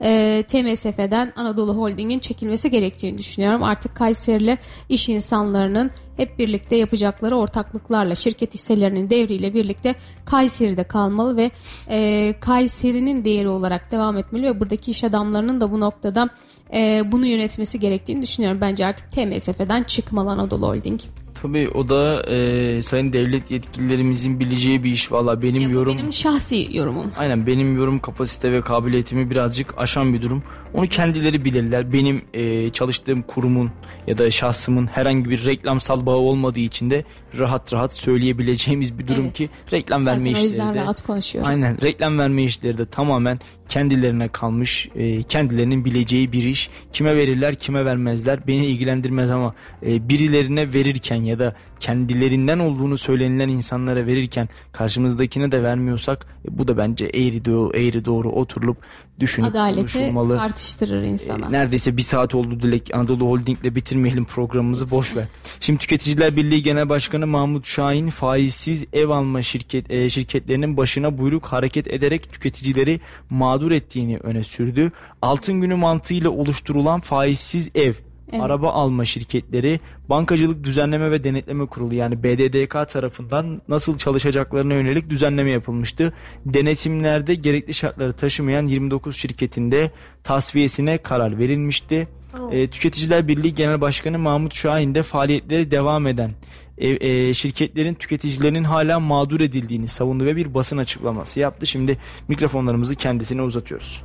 TMSF'den Anadolu Holding'in çekilmesi gerektiğini düşünüyorum. Artık Kayserili iş insanlarının hep birlikte yapacakları ortaklıklarla, şirket hisselerinin devriyle birlikte Kayseri'de kalmalı ve Kayseri'nin değeri olarak devam etmeli ve buradaki iş adamlarının da bu noktada bunu yönetmesi gerektiğini düşünüyorum. Bence artık TMSF'den çıkmalı Anadolu Holding. Tabii o da sayın devlet yetkililerimizin bileceği bir iş. Valla benim şahsi yorumum. Aynen, benim yorum kapasite ve kabiliyetimi birazcık aşan bir durum. Onu kendileri bilirler. Benim çalıştığım kurumun ya da şahsımın herhangi bir reklamsal bağı olmadığı için de rahat söyleyebileceğimiz bir durum, evet, ki reklam zaten verme işleri de. Zaten o yüzden rahat konuşuyoruz. Aynen, reklam verme işleri de tamamen kendilerine kalmış, kendilerinin bileceği bir iş. Kime verirler, kime vermezler beni ilgilendirmez ama birilerine verirken ya da kendilerinden olduğunu söylenilen insanlara verirken karşımızdakine de vermiyorsak bu da bence eğri doğru oturulup düşünüp konuşulmalı. Adaleti tartıştırır insana. Neredeyse bir saat oldu Dilek. Anadolu Holding'le bitirmeyelim programımızı, boş ver. Şimdi Tüketiciler Birliği Genel Başkanı Mahmut Şahin faizsiz ev alma şirketlerinin başına buyruk hareket ederek tüketicileri mağdur ettiğini öne sürdü. Altın günü mantığıyla oluşturulan faizsiz ev, evet, araba alma şirketleri Bankacılık Düzenleme ve Denetleme Kurulu yani BDDK tarafından nasıl çalışacaklarına yönelik düzenleme yapılmıştı. Denetimlerde gerekli şartları taşımayan 29 şirketinde tasfiyesine karar verilmişti. Tüketiciler Birliği Genel Başkanı Mahmut Şahin de faaliyetleri devam eden şirketlerin tüketicilerinin hala mağdur edildiğini savundu ve bir basın açıklaması yaptı. Şimdi mikrofonlarımızı kendisine uzatıyoruz.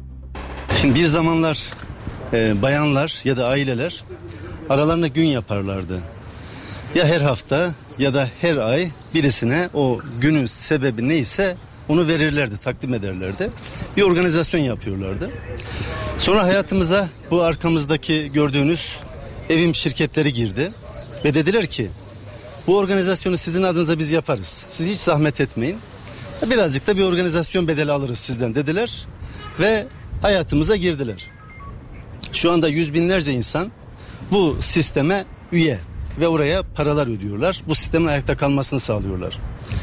Şimdi bir zamanlar bayanlar ya da aileler aralarında gün yaparlardı. Ya her hafta ya da her ay birisine o günün sebebi neyse onu verirlerdi, takdim ederlerdi. Bir organizasyon yapıyorlardı. Sonra hayatımıza bu arkamızdaki gördüğünüz evim şirketleri girdi ve dediler ki bu organizasyonu sizin adınıza biz yaparız. Siz hiç zahmet etmeyin. Birazcık da bir organizasyon bedeli alırız sizden dediler ve hayatımıza girdiler. Şu anda yüz binlerce insan bu sisteme üye ve oraya paralar ödüyorlar. Bu sistemin ayakta kalmasını sağlıyorlar.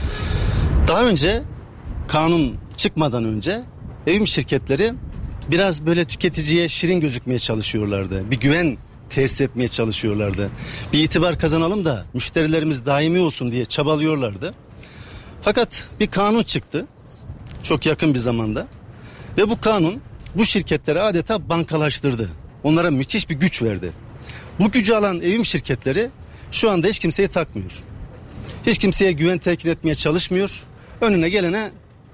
Daha önce kanun çıkmadan önce evim şirketleri biraz böyle tüketiciye şirin gözükmeye çalışıyorlardı. Bir güven tesis etmeye çalışıyorlardı. Bir itibar kazanalım da müşterilerimiz daimi olsun diye çabalıyorlardı. Fakat bir kanun çıktı çok yakın bir zamanda ve bu kanun bu şirketleri adeta bankalaştırdı. Onlara müthiş bir güç verdi. Bu gücü alan evim şirketleri şu anda hiç kimseyi takmıyor. Hiç kimseye güven telkin etmeye çalışmıyor. Önüne gelene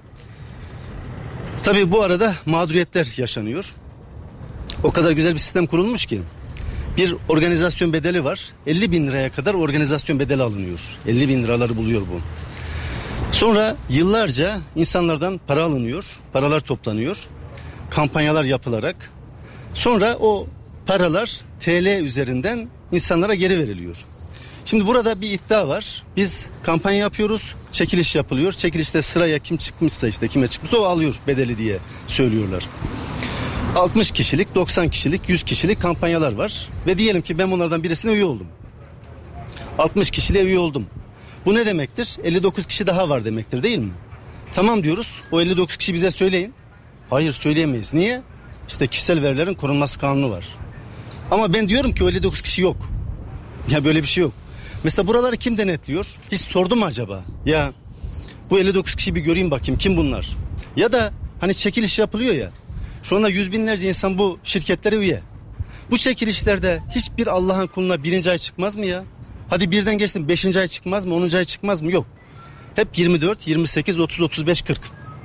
tabii bu arada mağduriyetler yaşanıyor. O kadar güzel bir sistem kurulmuş ki bir organizasyon bedeli var. 50 bin liraya kadar organizasyon bedeli alınıyor. 50 bin liraları buluyor bu. Sonra yıllarca insanlardan para alınıyor. Paralar toplanıyor. Kampanyalar yapılarak. Sonra o paralar TL üzerinden insanlara geri veriliyor. Şimdi burada bir iddia var. Biz kampanya yapıyoruz. Çekiliş yapılıyor. Çekilişte sıraya kim çıkmışsa işte kime çıkmışsa o alıyor bedeli diye söylüyorlar. 60 kişilik, 90 kişilik, 100 kişilik kampanyalar var. Ve diyelim ki ben bunlardan birisine üye oldum. 60 kişiliğe üye oldum. Bu ne demektir? 59 kişi daha var demektir, değil mi? Tamam diyoruz. O 59 kişi bize söyleyin. Hayır, söyleyemeyiz. Niye? İşte kişisel verilerin korunması kanunu var. Ama ben diyorum ki o 59 kişi yok. Ya böyle bir şey yok. Mesela buraları kim denetliyor? Hiç sordu mu acaba? Ya bu 59 kişiyi bir göreyim bakayım, kim bunlar? Ya da hani çekiliş yapılıyor ya. Şu anda yüz binlerce insan bu şirketlere üye. Bu çekilişlerde hiçbir Allah'ın kuluna 1. ay çıkmaz mı ya? Hadi birden geçtim, 5. ay çıkmaz mı? 10. ay çıkmaz mı? Yok. Hep 24, 28, 30, 35, 40.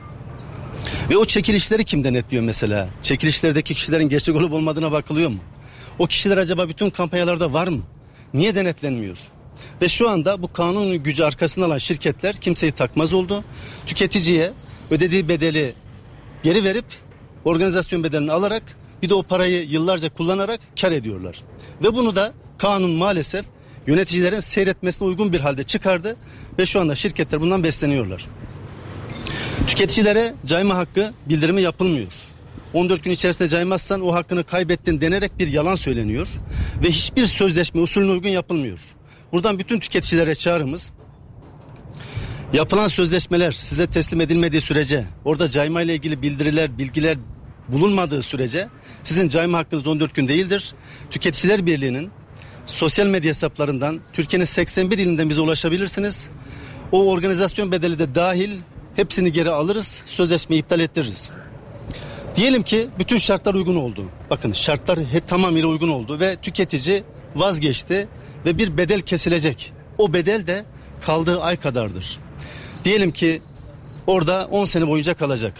Ve o çekilişleri kim denetliyor mesela? Çekilişlerdeki kişilerin gerçek olup olmadığına bakılıyor mu? O kişiler acaba bütün kampanyalarda var mı? Niye denetlenmiyor? Ve şu anda bu kanunun gücü arkasına alan şirketler kimseyi takmaz oldu. Tüketiciye ödediği bedeli geri verip organizasyon bedelini alarak bir de o parayı yıllarca kullanarak kar ediyorlar. Ve bunu da kanun maalesef yöneticilerin seyretmesine uygun bir halde çıkardı ve şu anda şirketler bundan besleniyorlar. Tüketicilere cayma hakkı bildirimi yapılmıyor. 14 gün içerisinde caymazsan o hakkını kaybettin denerek bir yalan söyleniyor ve hiçbir sözleşme usulüne uygun yapılmıyor. Buradan bütün tüketicilere çağrımız, yapılan sözleşmeler size teslim edilmediği sürece, orada cayma ile ilgili bildiriler, bilgiler bulunmadığı sürece sizin cayma hakkınız 14 gün değildir. Tüketiciler Birliği'nin sosyal medya hesaplarından Türkiye'nin 81 ilinden bize ulaşabilirsiniz. O organizasyon bedeli de dahil hepsini geri alırız, sözleşmeyi iptal ettiririz. Diyelim ki bütün şartlar uygun oldu. Bakın şartlar tamamıyla uygun oldu ve tüketici vazgeçti ve bir bedel kesilecek. O bedel de kaldığı ay kadardır. Diyelim ki orada 10 sene boyunca kalacak.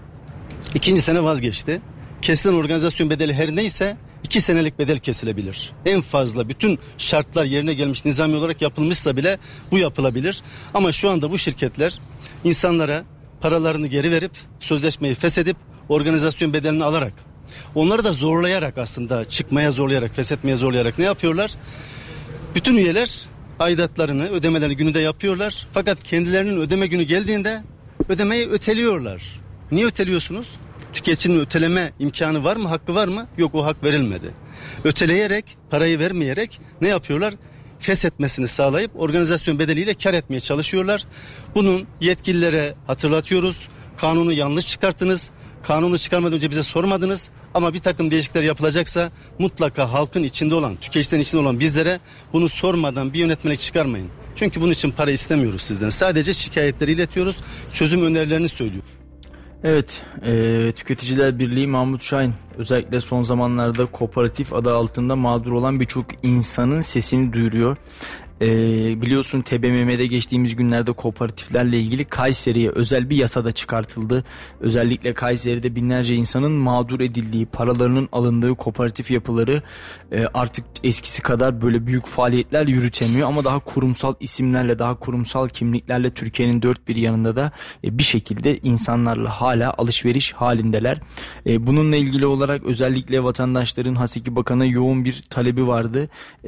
2. sene vazgeçti. Kesilen organizasyon bedeli her neyse 2 senelik bedel kesilebilir. En fazla bütün şartlar yerine gelmiş, nizami olarak yapılmışsa bile bu yapılabilir. Ama şu anda bu şirketler insanlara paralarını geri verip sözleşmeyi feshedip organizasyon bedelini alarak, onları da zorlayarak, aslında çıkmaya zorlayarak, feshetmeye zorlayarak ne yapıyorlar? Bütün üyeler aidatlarını, ödemelerini gününde yapıyorlar. Fakat kendilerinin ödeme günü geldiğinde ödemeyi öteliyorlar. Niye öteliyorsunuz? Tüketicinin öteleme imkanı var mı, hakkı var mı? Yok, o hak verilmedi. Öteleyerek, parayı vermeyerek ne yapıyorlar? Feshetmesini sağlayıp organizasyon bedeliyle kar etmeye çalışıyorlar. Bunun yetkililere hatırlatıyoruz. Kanunu yanlış çıkarttınız. Kanunu çıkarmadan önce bize sormadınız. Ama bir takım değişiklikler yapılacaksa mutlaka halkın içinde olan, tüketicilerin içinde olan bizlere bunu sormadan bir yönetmelik çıkarmayın. Çünkü bunun için para istemiyoruz sizden. Sadece şikayetleri iletiyoruz. Çözüm önerilerini söylüyor. Evet, Tüketiciler Birliği Mahmut Şahin özellikle son zamanlarda kooperatif adı altında mağdur olan birçok insanın sesini duyuruyor. Biliyorsun TBMM'de geçtiğimiz günlerde kooperatiflerle ilgili Kayseri'ye özel bir yasa da çıkartıldı. Özellikle Kayseri'de binlerce insanın mağdur edildiği, paralarının alındığı kooperatif yapıları artık eskisi kadar böyle büyük faaliyetler yürütemiyor ama daha kurumsal isimlerle, daha kurumsal kimliklerle Türkiye'nin dört bir yanında da bir şekilde insanlarla hala alışveriş halindeler. Bununla ilgili olarak özellikle vatandaşların Haseki Bakan'a yoğun bir talebi vardı.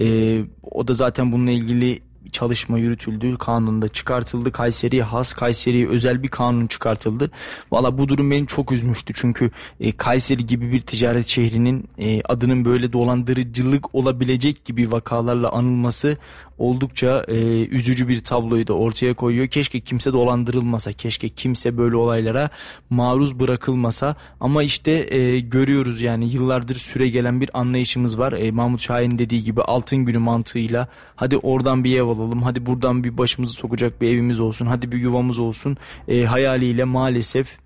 O da zaten bununla ilgili çalışma yürütüldü. Kanunda çıkartıldı. Kayseri'ye has, Kayseri'ye özel bir kanun çıkartıldı. Valla bu durum beni çok üzmüştü. Çünkü Kayseri gibi bir ticaret şehrinin adının böyle dolandırıcılık olabilecek gibi vakalarla anılması oldukça üzücü bir tabloyu da ortaya koyuyor. Keşke kimse dolandırılmasa, keşke kimse böyle olaylara maruz bırakılmasa ama işte görüyoruz yani yıllardır süre gelen bir anlayışımız var. Mahmut Şahin dediği gibi altın günü mantığıyla hadi oradan bir ev alalım, hadi buradan bir başımızı sokacak bir evimiz olsun, hadi bir yuvamız olsun hayaliyle maalesef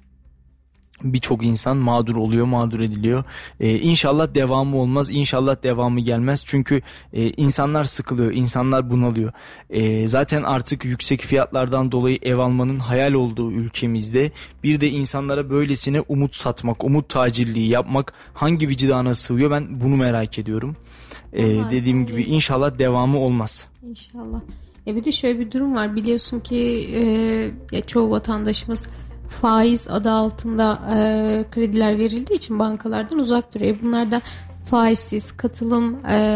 birçok insan mağdur oluyor, mağdur ediliyor. İnşallah devamı olmaz, inşallah devamı gelmez. Çünkü insanlar sıkılıyor, insanlar bunalıyor. Zaten artık yüksek fiyatlardan dolayı ev almanın hayal olduğu ülkemizde bir de insanlara böylesine umut satmak, umut tacirliği yapmak hangi vicdana sığıyor, ben bunu merak ediyorum. Dediğim gibi inşallah devamı olmaz. İnşallah. Bir de şöyle bir durum var, biliyorsun ki çoğu vatandaşımız faiz adı altında krediler verildiği için bankalardan uzak duruyor. Bunlar da faizsiz katılım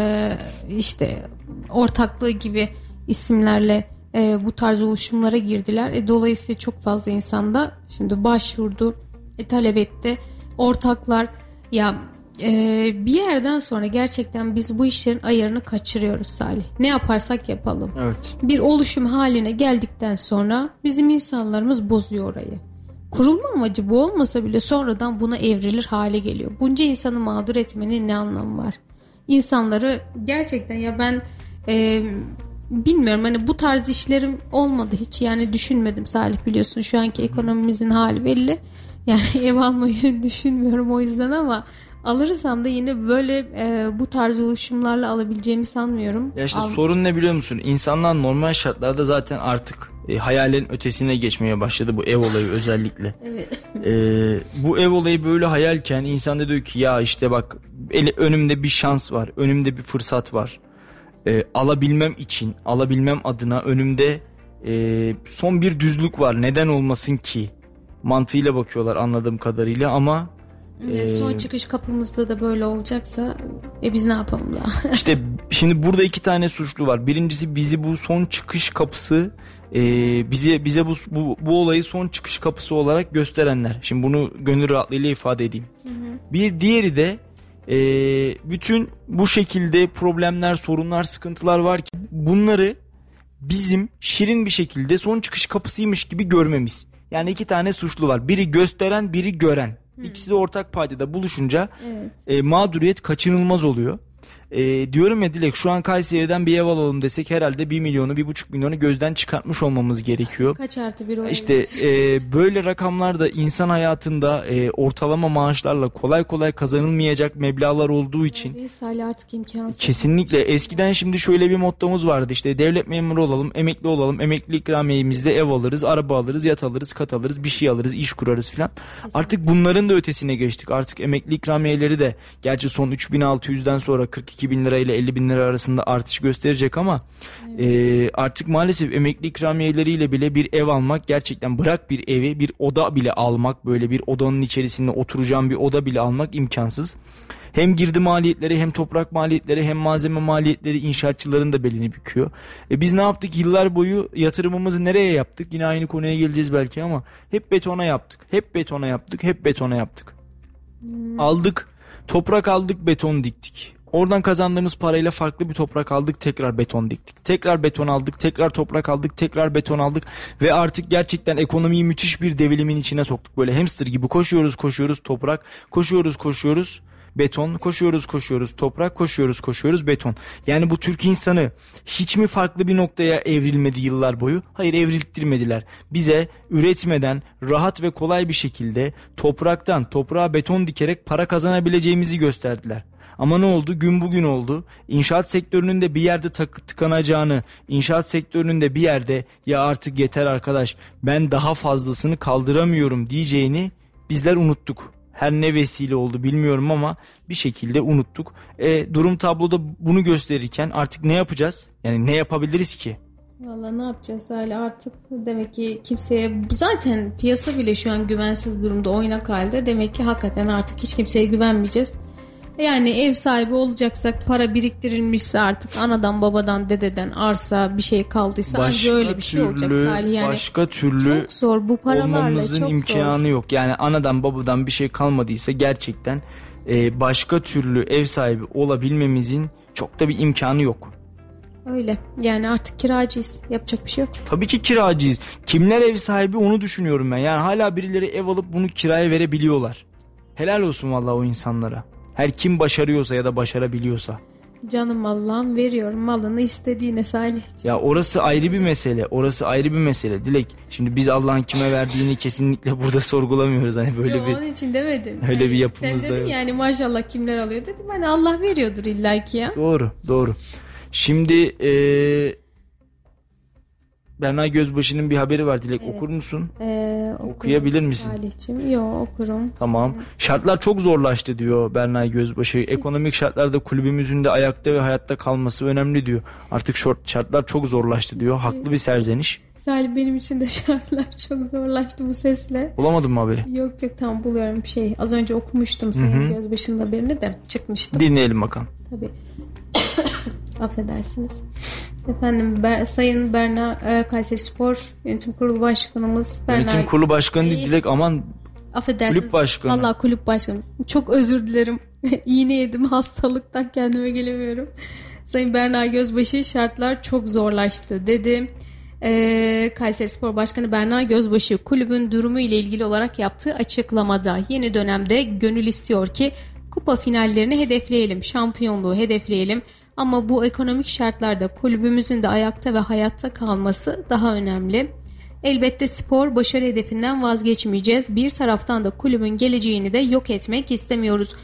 işte ortaklığı gibi isimlerle bu tarz oluşumlara girdiler. Dolayısıyla çok fazla insan da şimdi başvurdu, talep etti. Ortaklar ya bir yerden sonra gerçekten biz bu işlerin ayarını kaçırıyoruz Salih. Ne yaparsak yapalım. Evet. Bir oluşum haline geldikten sonra bizim insanlarımız bozuyor orayı. Kurulma amacı bu olmasa bile sonradan buna evrilir hale geliyor. Bunca insanı mağdur etmenin ne anlamı var? İnsanları gerçekten ya ben bilmiyorum, hani bu tarz işlerim olmadı hiç, yani düşünmedim Salih, biliyorsun şu anki ekonomimizin hali belli. Yani ev almayı düşünmüyorum o yüzden, ama alırsam da yine böyle bu tarz oluşumlarla alabileceğimi sanmıyorum. Ya işte sorun ne biliyor musun? İnsanlar normal şartlarda zaten artık hayalin ötesine geçmeye başladı, bu ev olayı özellikle. Evet. Bu ev olayı böyle hayalken insan da diyor ki ya işte bak önümde bir şans var, önümde bir fırsat var. Alabilmem adına önümde son bir düzlük var, neden olmasın ki mantığıyla bakıyorlar anladığım kadarıyla. Ama son çıkış kapımızda da böyle olacaksa biz ne yapalım ya? İşte şimdi burada iki tane suçlu var. Birincisi bizi bu son çıkış kapısı bize bu olayı son çıkış kapısı olarak gösterenler. Şimdi bunu gönül rahatlığıyla ifade edeyim. Bir diğeri de bütün bu şekilde problemler, sorunlar, sıkıntılar varken bunları bizim şirin bir şekilde son çıkış kapısıymış gibi görmemiz. Yani iki tane suçlu var. Biri gösteren, biri gören. İkisi de ortak paydada buluşunca mağduriyet kaçınılmaz oluyor. Diyorum ya Dilek, şu an Kayseri'den bir ev alalım desek herhalde 1 milyonu 1,5 milyonu gözden çıkartmış olmamız gerekiyor. Kaç artı bir İşte böyle rakamlar da insan hayatında ortalama maaşlarla kolay kolay kazanılmayacak meblağlar olduğu için Salih artık imkansız. kesinlikle. Eskiden şimdi şöyle bir mottomuz vardı, işte devlet memuru olalım, emekli olalım, emekli ikramiyemizde ev alırız, araba alırız, yat alırız, kat alırız, bir şey alırız, iş kurarız filan. Artık bunların da ötesine geçtik. Artık emekli ikramiyeleri de gerçi son 3.600'den sonra 42.000 lira ile 50.000 lira arasında artış gösterecek ama artık maalesef emekli ikramiyeleriyle bile bir ev almak, gerçekten bırak bir evi, bir oda bile almak, böyle bir odanın içerisinde oturacağım bir oda bile almak imkansız. Hem girdi maliyetleri, hem toprak maliyetleri, hem malzeme maliyetleri inşaatçıların da belini büküyor. Biz ne yaptık? Yıllar boyu yatırımımızı nereye yaptık? Yine aynı konuya geleceğiz belki ama hep betona yaptık. Hep betona yaptık. Hep betona yaptık. Aldık. Toprak aldık, beton diktik. Oradan kazandığımız parayla farklı bir toprak aldık, tekrar beton diktik. Tekrar beton aldık, tekrar toprak aldık, tekrar beton aldık ve artık gerçekten ekonomiyi müthiş bir devilimin içine soktuk. Böyle hamster gibi koşuyoruz toprak, koşuyoruz beton, koşuyoruz toprak, koşuyoruz beton. Yani bu Türk insanı hiç mi farklı bir noktaya evrilmedi yıllar boyu? Hayır, evrilttirmediler. Bize üretmeden rahat ve kolay bir şekilde topraktan toprağa beton dikerek para kazanabileceğimizi gösterdiler. Ama ne oldu? Gün bugün oldu. İnşaat sektörünün de bir yerde tıkanacağını, inşaat sektörünün de bir yerde ya artık yeter arkadaş, ben daha fazlasını kaldıramıyorum diyeceğini bizler unuttuk. Her ne vesile oldu bilmiyorum ama bir şekilde unuttuk. Durum tabloda bunu gösterirken artık ne yapacağız? Yani ne yapabiliriz ki? Vallahi ne yapacağız hala artık, demek ki kimseye, zaten piyasa bile şu an güvensiz durumda, oynak halde. Demek ki hakikaten artık hiç kimseye güvenmeyeceğiz. Yani ev sahibi olacaksak, para biriktirilmişse artık anadan babadan dededen arsa bir şey kaldıysa ancak öyle bir şey olacak Salih. Yani başka türlü çok zor, bu paralarla olmamızın çok imkanı zor. yok. Yani anadan babadan bir şey kalmadıysa gerçekten başka türlü ev sahibi olabilmemizin çok da bir imkanı yok. Öyle yani, artık kiracıyız, yapacak bir şey yok. Tabii ki kiracıyız. Kimler ev sahibi onu düşünüyorum ben. Yani hala birileri ev alıp bunu kiraya verebiliyorlar. Helal olsun vallahi o insanlara. Her kim başarıyorsa ya da başarabiliyorsa. Canım Allah'ım, veriyorum malını istediğine Salihciğim. Ya orası ayrı bir mesele. Orası ayrı bir mesele Dilek. Şimdi biz Allah'ın kime verdiğini kesinlikle burada sorgulamıyoruz. Hani böyle Yo, onun için demedim. Öyle yani bir yapımız sen da dedin yok. yani maşallah kimler alıyor dedim. Hani Allah veriyordur illaki ya. Doğru. Şimdi Berna Gözbaşı'nın bir haberi var Dilek. Evet. Okur musun? Okuyabilir misin? Salihciğim. Yok, okurum. Tamam. Şartlar çok zorlaştı diyor Berna Gözbaşı. Ekonomik şartlarda kulübümüzün de ayakta ve hayatta kalması önemli diyor. Artık şartlar çok zorlaştı diyor. Haklı bir serzeniş. Salih, benim için de şartlar çok zorlaştı bu sesle. Bulamadın mı haberi? Yok tam buluyorum Az önce okumuştum senin Gözbaşı'nın haberini de çıkmıştım. Dinleyelim bakalım. Tabii. Affedersiniz. Efendim Sayın Berna Kayserispor Yönetim Kurulu Başkanımız Berna... Yönetim Kurulu Başkanı değil Dilek, aman Affedersiniz. Kulüp başkanı. Vallahi kulüp başkanı. Çok özür dilerim. İğne yedim, hastalıktan kendime gelemiyorum. Sayın Berna Gözbaşı, şartlar çok zorlaştı dedi. Kayserispor Başkanı Berna Gözbaşı kulübün durumu ile ilgili olarak yaptığı açıklamada yeni dönemde gönül istiyor ki kupa finallerini hedefleyelim, şampiyonluğu hedefleyelim. Ama bu ekonomik şartlarda kulübümüzün de ayakta ve hayatta kalması daha önemli. Elbette spor başarı hedefinden vazgeçmeyeceğiz. Bir taraftan da kulübün geleceğini de yok etmek istemiyoruz.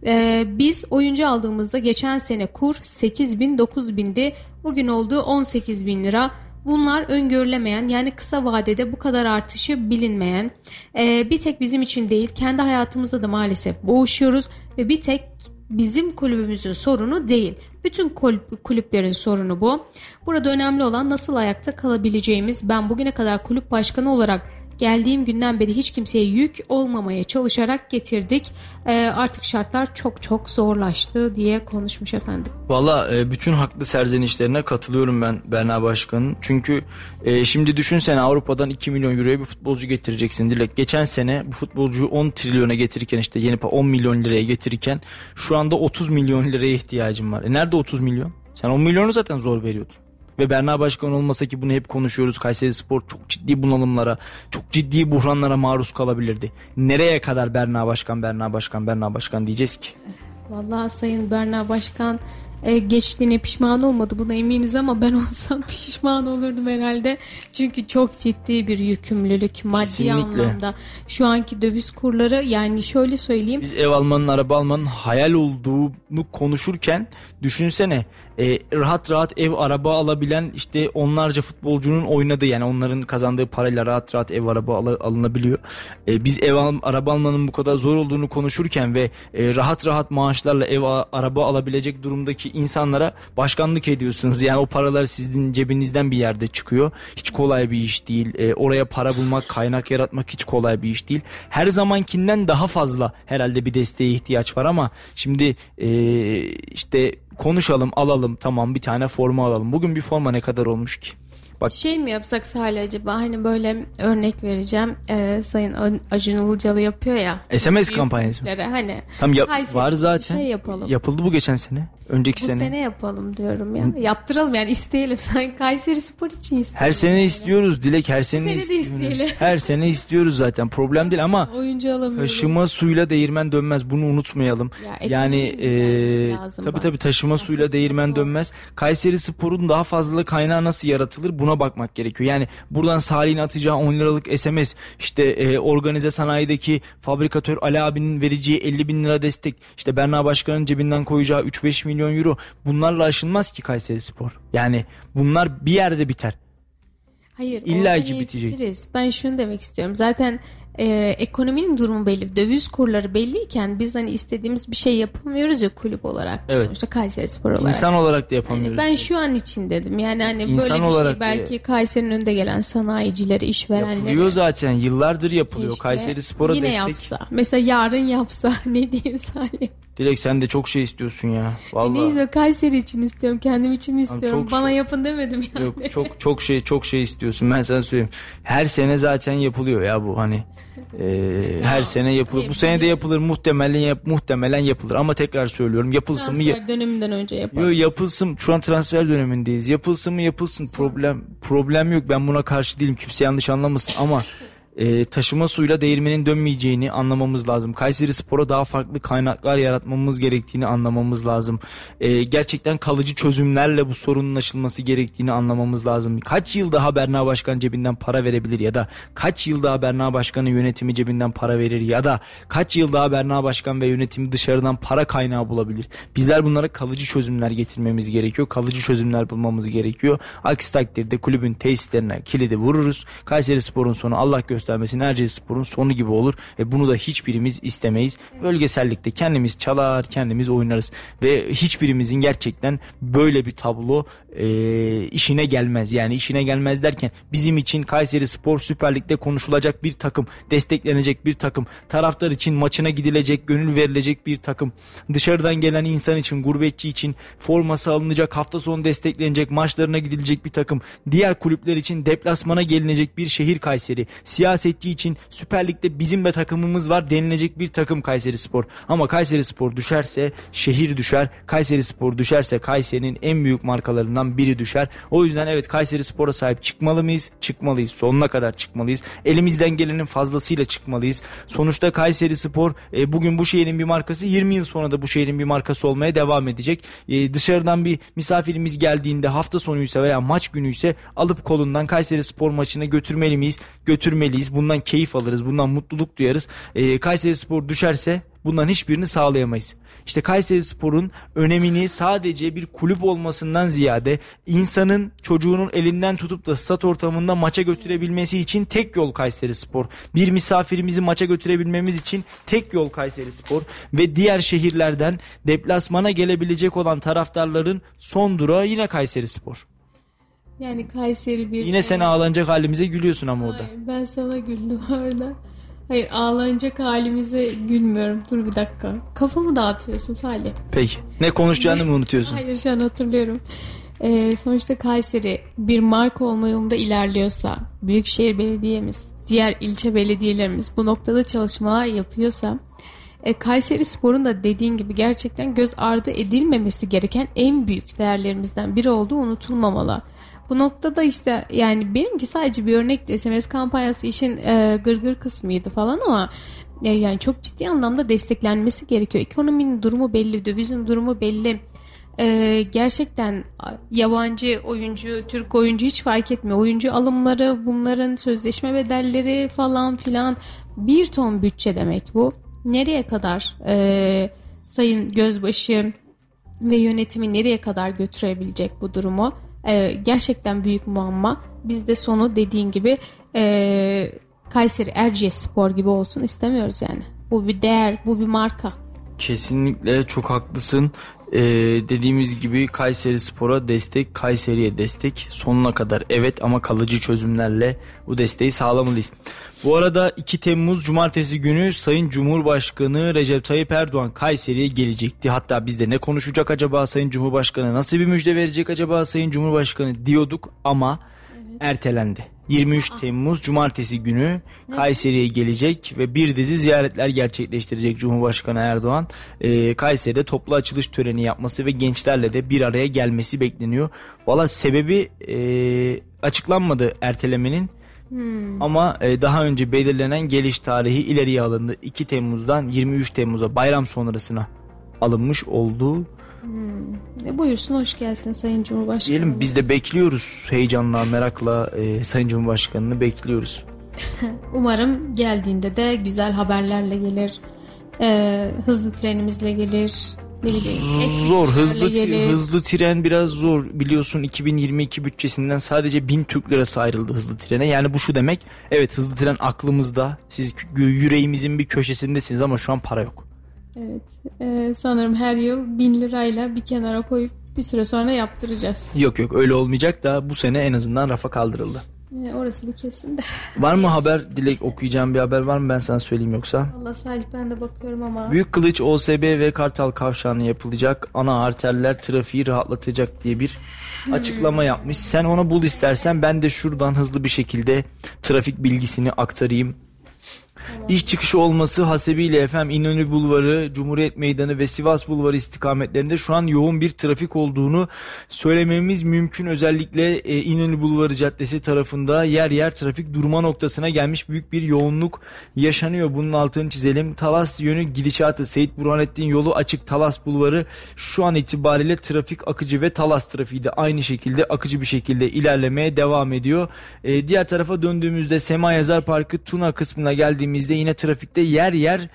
Biz oyuncu aldığımızda geçen sene kur 8.000-9.000'di. Bugün olduğu 18.000 lira. Bunlar öngörülemeyen, yani kısa vadede bu kadar artışı bilinmeyen. Bir tek bizim için değil, kendi hayatımızda da maalesef boğuşuyoruz ve bir tek bizim kulübümüzün sorunu değil. Bütün kulüplerin sorunu bu. Burada önemli olan nasıl ayakta kalabileceğimiz. Ben bugüne kadar kulüp başkanı olarak geldiğim günden beri hiç kimseye yük olmamaya çalışarak getirdik. Artık şartlar çok çok zorlaştı diye konuşmuş efendim. Valla bütün haklı serzenişlerine katılıyorum ben Berna Başkan'ın. Çünkü şimdi düşünsene, Avrupa'dan 2 milyon euroya bir futbolcu getireceksin. Dilek, geçen sene bu futbolcuyu 10 trilyona getirirken, işte yeni 10 milyon liraya getirirken şu anda 30 milyon liraya ihtiyacım var. Nerede 30 milyon? Sen 10 milyonu zaten zor veriyordun. Ve Berna Başkan olmasa ki bunu hep konuşuyoruz, Kayserispor çok ciddi bunalımlara, çok ciddi buhranlara maruz kalabilirdi. Nereye kadar Berna Başkan diyeceğiz ki? Vallahi Sayın Berna Başkan geçtiğine pişman olmadı, buna eminiz, ama ben olsam pişman olurdum herhalde. Çünkü çok ciddi bir yükümlülük maddi Kesinlikle. anlamda. Şu anki döviz kurları, yani şöyle söyleyeyim. Biz ev almanın, araba almanın hayal olduğunu konuşurken düşünsene, rahat rahat ev, araba alabilen işte onlarca futbolcunun oynadığı, yani onların kazandığı parayla rahat rahat ev, araba alınabiliyor. Biz araba almanın bu kadar zor olduğunu konuşurken ve rahat rahat maaşlarla ev, araba alabilecek durumdaki insanlara başkanlık ediyorsunuz. Yani o paralar sizin cebinizden bir yerde çıkıyor. Hiç kolay bir iş değil. Oraya para bulmak, kaynak yaratmak hiç kolay bir iş değil. Her zamankinden daha fazla herhalde bir desteğe ihtiyaç var ama şimdi işte konuşalım, alalım, tamam, bir tane forma alalım. Bugün bir forma ne kadar olmuş ki? Bak, Şey mi yapsak Salih acaba, hani böyle örnek vereceğim, Sayın Acun Ilıcalı yapıyor ya. SMS kampanyası mı? Hani Tam Kayseri var zaten. Şey yapalım. Yapıldı bu geçen sene. Önceki Bu sene yapalım diyorum ya. Yaptıralım, yani isteyelim. Sanki Kayserispor için isteyelim. Her sene istiyoruz Dilek, her sene de isteyelim. Her sene istiyoruz zaten. Problem değil ama oyuncu alamıyoruz. taşıma suyla değirmen dönmez. Bunu unutmayalım. Yani tabii taşıma suyla değirmen dönmez. Kayserispor'un daha fazla kaynağı nasıl yaratılır? Buna bakmak gerekiyor. Yani buradan Salih'in atacağı 10 liralık SMS, işte organize sanayideki fabrikatör Ali abinin vereceği 50 bin lira destek, işte Berna Başkan'ın cebinden koyacağı 3-5 milyon euro, bunlarla aşılmaz ki Kayserispor. Yani bunlar bir yerde biter. Hayır, İlla ki bitecek. Fikiriz. Ben şunu demek istiyorum. Zaten ekonominin durumu belli, döviz kurları belliyken biz hani istediğimiz bir şey yapamıyoruz ya kulüp olarak. Evet. Sonuçta Kayserispor olarak. İnsan olarak da yapamıyoruz. Ben şu an için dedim. Yani hani İnsan böyle bir olarak şey belki Kayseri'nin önde gelen sanayicileri, işverenleri. Yapılıyor zaten. Yıllardır yapılıyor. Keşke Kayserispor'a yine destek. yapsa. Mesela yarın yapsa ne diyeyim Salih? Dilek, sen de çok şey istiyorsun ya. Vallahi. Neyse, Kayseri için istiyorum. Kendim için mi istiyorum? Çok Bana şey- yapın demedim yani. Yok, çok şey istiyorsun. Ben sana söyleyeyim. Her sene zaten yapılıyor ya bu, hani. Her sene yapılır. Bu sene de yapılır. Muhtemelen yapılır. Ama tekrar söylüyorum. Yapılsın mı? Transfer döneminden önce yapalım. Yok, yapılsın. Şu an transfer dönemindeyiz. Yapılsın mı? Yapılsın. Problem yok. Ben buna karşı değilim. Kimse yanlış anlamasın ama taşıma suyla değirmenin dönmeyeceğini anlamamız lazım. Kayserispor'a daha farklı kaynaklar yaratmamız gerektiğini anlamamız lazım. Gerçekten kalıcı çözümlerle bu sorunun aşılması gerektiğini anlamamız lazım. Kaç yıl daha Berna Başkan cebinden para verebilir ya da kaç yıl daha Berna Başkan'ın yönetimi cebinden para verir ya da kaç yıl daha Berna Başkan ve yönetimi dışarıdan para kaynağı bulabilir? Bizler bunlara kalıcı çözümler getirmemiz gerekiyor. Kalıcı çözümler bulmamız gerekiyor. Aksi takdirde kulübün tesislerine kilidi vururuz. Kayserispor'un sonu Allah göstermesin, Erciyesspor'un sonu gibi olur ve bunu da hiçbirimiz istemeyiz. Bölgesellikte kendimiz çalar, kendimiz oynarız ve hiçbirimizin gerçekten böyle bir tablo işine gelmez. Yani işine gelmez derken bizim için Kayserispor Süper Lig'de konuşulacak bir takım, desteklenecek bir takım, taraftar için maçına gidilecek, gönül verilecek bir takım, dışarıdan gelen insan için, gurbetçi için forması alınacak, hafta sonu desteklenecek, maçlarına gidilecek bir takım, diğer kulüpler için deplasmana gelinecek bir şehir Kayseri, siyasi siyasetçi için Süper Lig'de bizim de takımımız var denilecek bir takım Kayserispor. Ama Kayserispor düşerse şehir düşer. Kayserispor düşerse Kayseri'nin en büyük markalarından biri düşer. O yüzden evet, Kayserispor'a sahip çıkmalı mıyız? Çıkmalıyız. Sonuna kadar çıkmalıyız. Elimizden gelenin fazlasıyla çıkmalıyız. Sonuçta Kayserispor bugün bu şehrin bir markası, 20 yıl sonra da bu şehrin bir markası olmaya devam edecek. Dışarıdan bir misafirimiz geldiğinde, hafta sonuysa veya maç günüyse alıp kolundan Kayserispor maçına götürmeli miyiz? Götürmeliyiz. Bundan keyif alırız. Bundan mutluluk duyarız. Kayserispor düşerse bundan hiçbirini sağlayamayız. İşte Kayserispor'un önemini sadece bir kulüp olmasından ziyade insanın, çocuğunun elinden tutup da stat ortamında maça götürebilmesi için tek yol Kayserispor. Bir misafirimizi maça götürebilmemiz için tek yol Kayserispor ve diğer şehirlerden deplasmana gelebilecek olan taraftarların son durağı yine Kayserispor. Yani Kayseri bir... Yine sen ağlanacak halimize gülüyorsun ama orada. Ay, ben sana güldüm orada. Hayır, ağlanacak halimize gülmüyorum. Dur bir dakika. Kafamı dağıtıyorsun Salih. Peki. Ne konuşacağını mı unutuyorsun? Hayır, şu an hatırlıyorum. Sonuçta Kayseri bir marka olma yolunda ilerliyorsa, Büyükşehir Belediye'miz, diğer ilçe belediyelerimiz bu noktada çalışmalar yapıyorsa, Kayserispor'un da dediğin gibi gerçekten göz ardı edilmemesi gereken en büyük değerlerimizden biri olduğu unutulmamalı. Bu noktada işte yani benimki sadece bir örnek, SMS kampanyası işin gırgır kısmıydı falan ama yani çok ciddi anlamda desteklenmesi gerekiyor. Ekonominin durumu belli, dövizin durumu belli. Gerçekten yabancı oyuncu, Türk oyuncu hiç fark etmiyor. Oyuncu alımları, bunların sözleşme bedelleri falan filan, bir ton bütçe demek bu. Nereye kadar Sayın Gözbaşı ve yönetimi nereye kadar götürebilecek bu durumu? Gerçekten büyük muamma. Biz de sonu dediğin gibi Kayseri Erciyesspor gibi olsun istemiyoruz yani. Bu bir değer, bu bir marka. Kesinlikle çok haklısın. Dediğimiz gibi Kayserispor'a destek, Kayseri'ye destek sonuna kadar evet, ama kalıcı çözümlerle bu desteği sağlamalıyız. Bu arada 2 Temmuz Cumartesi günü Sayın Cumhurbaşkanı Recep Tayyip Erdoğan Kayseri'ye gelecekti. Hatta biz de ne konuşacak acaba Sayın Cumhurbaşkanı, nasıl bir müjde verecek acaba Sayın Cumhurbaşkanı diyorduk ama ertelendi. 23 Temmuz Cumartesi günü Kayseri'ye gelecek ve bir dizi ziyaretler gerçekleştirecek Cumhurbaşkanı Erdoğan. Kayseri'de toplu açılış töreni yapması ve gençlerle de bir araya gelmesi bekleniyor. Valla sebebi açıklanmadı ertelemenin. Ama daha önce belirlenen geliş tarihi ileriye alındı. 2 Temmuz'dan 23 Temmuz'a, bayram sonrasına alınmış olduğu. Buyursun, hoş gelsin Sayın Cumhurbaşkanı. Diyelim, biz de bekliyoruz heyecanla, merakla Sayın Cumhurbaşkanı'nı bekliyoruz. Umarım geldiğinde de güzel haberlerle gelir. Hızlı trenimizle gelir. Zor, hızlı tren biraz zor. Biliyorsun 2022 bütçesinden sadece 1000 Türk lirası ayrıldı hızlı trene. Yani bu şu demek, evet hızlı tren aklımızda, siz yüreğimizin bir köşesindesiniz ama şu an para yok. Evet, sanırım her yıl 1000 lirayla bir kenara koyup bir süre sonra yaptıracağız. Yok öyle olmayacak da bu sene en azından rafa kaldırıldı. Orası bir kesin de. Var mı haber, Dilek, okuyacağım bir haber var mı, ben sana söyleyeyim yoksa? Allah Salih, ben de bakıyorum ama. Büyük Kılıç OSB ve Kartal Kavşağı'nı yapılacak, ana arterler trafiği rahatlatacak diye bir açıklama yapmış. Sen onu bul istersen, ben de şuradan hızlı bir şekilde trafik bilgisini aktarayım. İş çıkışı olması hasebiyle efendim İnönü Bulvarı, Cumhuriyet Meydanı ve Sivas Bulvarı istikametlerinde şu an yoğun bir trafik olduğunu söylememiz mümkün. Özellikle İnönü Bulvarı Caddesi tarafında yer yer trafik durma noktasına gelmiş, büyük bir yoğunluk yaşanıyor. Bunun altını çizelim. Talas yönü gidişatı, Seyit Burhanettin yolu açık. Talas Bulvarı şu an itibariyle trafik akıcı ve Talas trafiği de aynı şekilde akıcı bir şekilde ilerlemeye devam ediyor. Diğer tarafa döndüğümüzde Sema Yazar Parkı Tuna kısmına geldiğimizde yine trafikte yer yer